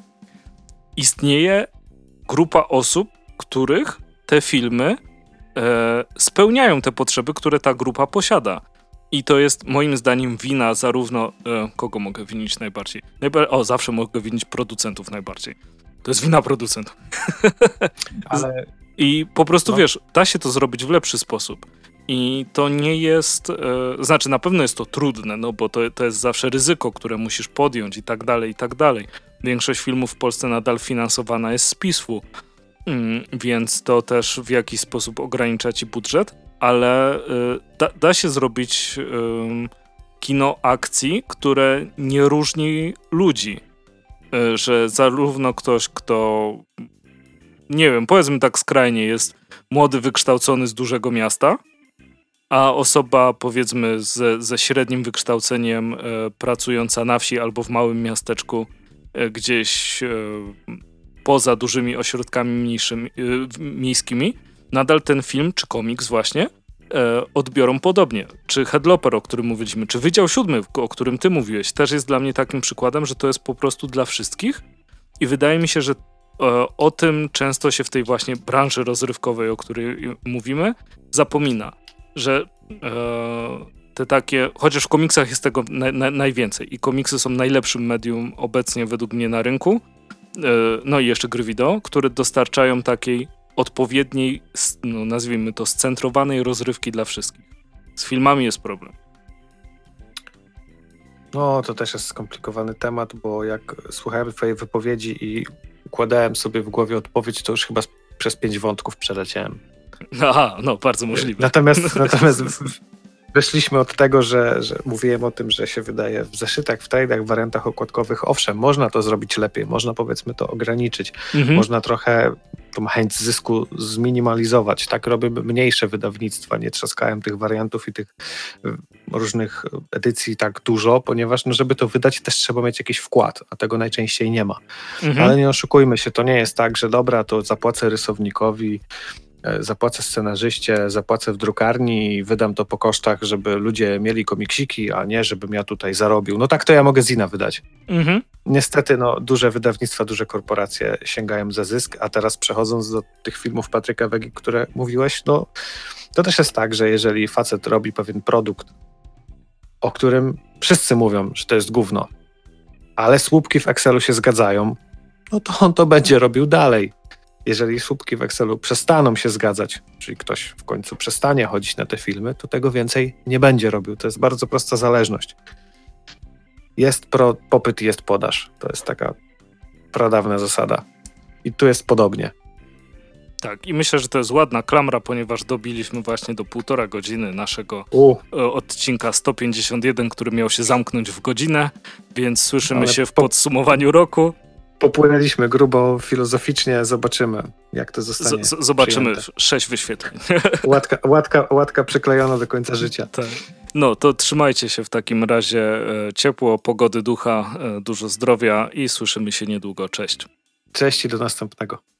Speaker 1: istnieje grupa osób, których te filmy spełniają te potrzeby, które ta grupa posiada. I to jest moim zdaniem wina zarówno... E, kogo mogę winić najbardziej? Najba- o, zawsze mogę winić producentów najbardziej. To jest wina producentów. Ale... I po prostu, no. wiesz, da się to zrobić w lepszy sposób. I to nie jest... E, znaczy, na pewno jest to trudne, no bo to, to jest zawsze ryzyko, które musisz podjąć i tak dalej, i tak dalej. Większość filmów w Polsce nadal finansowana jest z PiSu. Mm, więc to też w jakiś sposób ogranicza ci budżet, ale y, da, da się zrobić y, kino akcji, które nie różni ludzi. Y, że zarówno ktoś, kto, nie wiem, powiedzmy tak skrajnie, jest młody, wykształcony z dużego miasta, a osoba, powiedzmy, ze, ze średnim wykształceniem y, pracująca na wsi albo w małym miasteczku y, gdzieś... Y, poza dużymi ośrodkami mniejszymi, yy, miejskimi, nadal ten film, czy komiks właśnie, yy, odbiorą podobnie. Czy Headloper, o którym mówiliśmy, czy Wydział Siódmy, o którym ty mówiłeś, też jest dla mnie takim przykładem, że to jest po prostu dla wszystkich i wydaje mi się, że yy, o tym często się w tej właśnie branży rozrywkowej, o której mówimy, zapomina, że yy, te takie, chociaż w komiksach jest tego na, na, najwięcej i komiksy są najlepszym medium obecnie według mnie na rynku, no i jeszcze gry wideo, które dostarczają takiej odpowiedniej, no nazwijmy to, scentrowanej rozrywki dla wszystkich. Z filmami jest problem.
Speaker 2: No, to też jest skomplikowany temat, bo jak słuchałem twojej wypowiedzi i układałem sobie w głowie odpowiedź, to już chyba przez pięć wątków przeleciałem.
Speaker 1: Aha, no bardzo możliwe.
Speaker 2: Natomiast, natomiast weszliśmy od tego, że, że mówiłem o tym, że się wydaje w zeszytach, w trade'ach, w wariantach okładkowych. Owszem, można to zrobić lepiej, można powiedzmy to ograniczyć, mhm. można trochę tą chęć zysku zminimalizować. Tak robię mniejsze wydawnictwa, nie trzaskałem tych wariantów i tych różnych edycji tak dużo, ponieważ no, żeby to wydać też trzeba mieć jakiś wkład, a tego najczęściej nie ma. Mhm. Ale nie oszukujmy się, to nie jest tak, że dobra, to zapłacę rysownikowi, zapłacę scenarzyście, zapłacę w drukarni i wydam to po kosztach, żeby ludzie mieli komiksiki, a nie żebym ja tutaj zarobił. No tak to ja mogę zina wydać. Mhm. Niestety no, duże wydawnictwa, duże korporacje sięgają za zysk, a teraz przechodząc do tych filmów Patryka Wegi, które mówiłeś, no to też jest tak, że jeżeli facet robi pewien produkt, o którym wszyscy mówią, że to jest gówno, ale słupki w Excelu się zgadzają, no to on to będzie robił dalej. jeżeli słupki w Excelu przestaną się zgadzać, czyli ktoś w końcu przestanie chodzić na te filmy, to tego więcej nie będzie robił. To jest bardzo prosta zależność. Jest pro, popyt, jest podaż. To jest taka pradawna zasada. I tu jest podobnie.
Speaker 1: Tak, i myślę, że to jest ładna klamra, ponieważ dobiliśmy właśnie do półtora godziny naszego
Speaker 2: U.
Speaker 1: odcinka sto pięćdziesiąt jeden, który miał się zamknąć w godzinę, więc słyszymy
Speaker 2: Ale
Speaker 1: się w
Speaker 2: po-
Speaker 1: podsumowaniu roku.
Speaker 2: Popłynęliśmy grubo, filozoficznie, zobaczymy, jak to zostanie
Speaker 1: Z- z- zobaczymy
Speaker 2: przyjęte.
Speaker 1: sześć wyświetleń.
Speaker 2: Łatka, łatka, łatka przyklejona do końca życia.
Speaker 1: Tak. No to trzymajcie się w takim razie e, ciepło, pogody ducha, e, dużo zdrowia i słyszymy się niedługo. Cześć.
Speaker 2: Cześć i do następnego.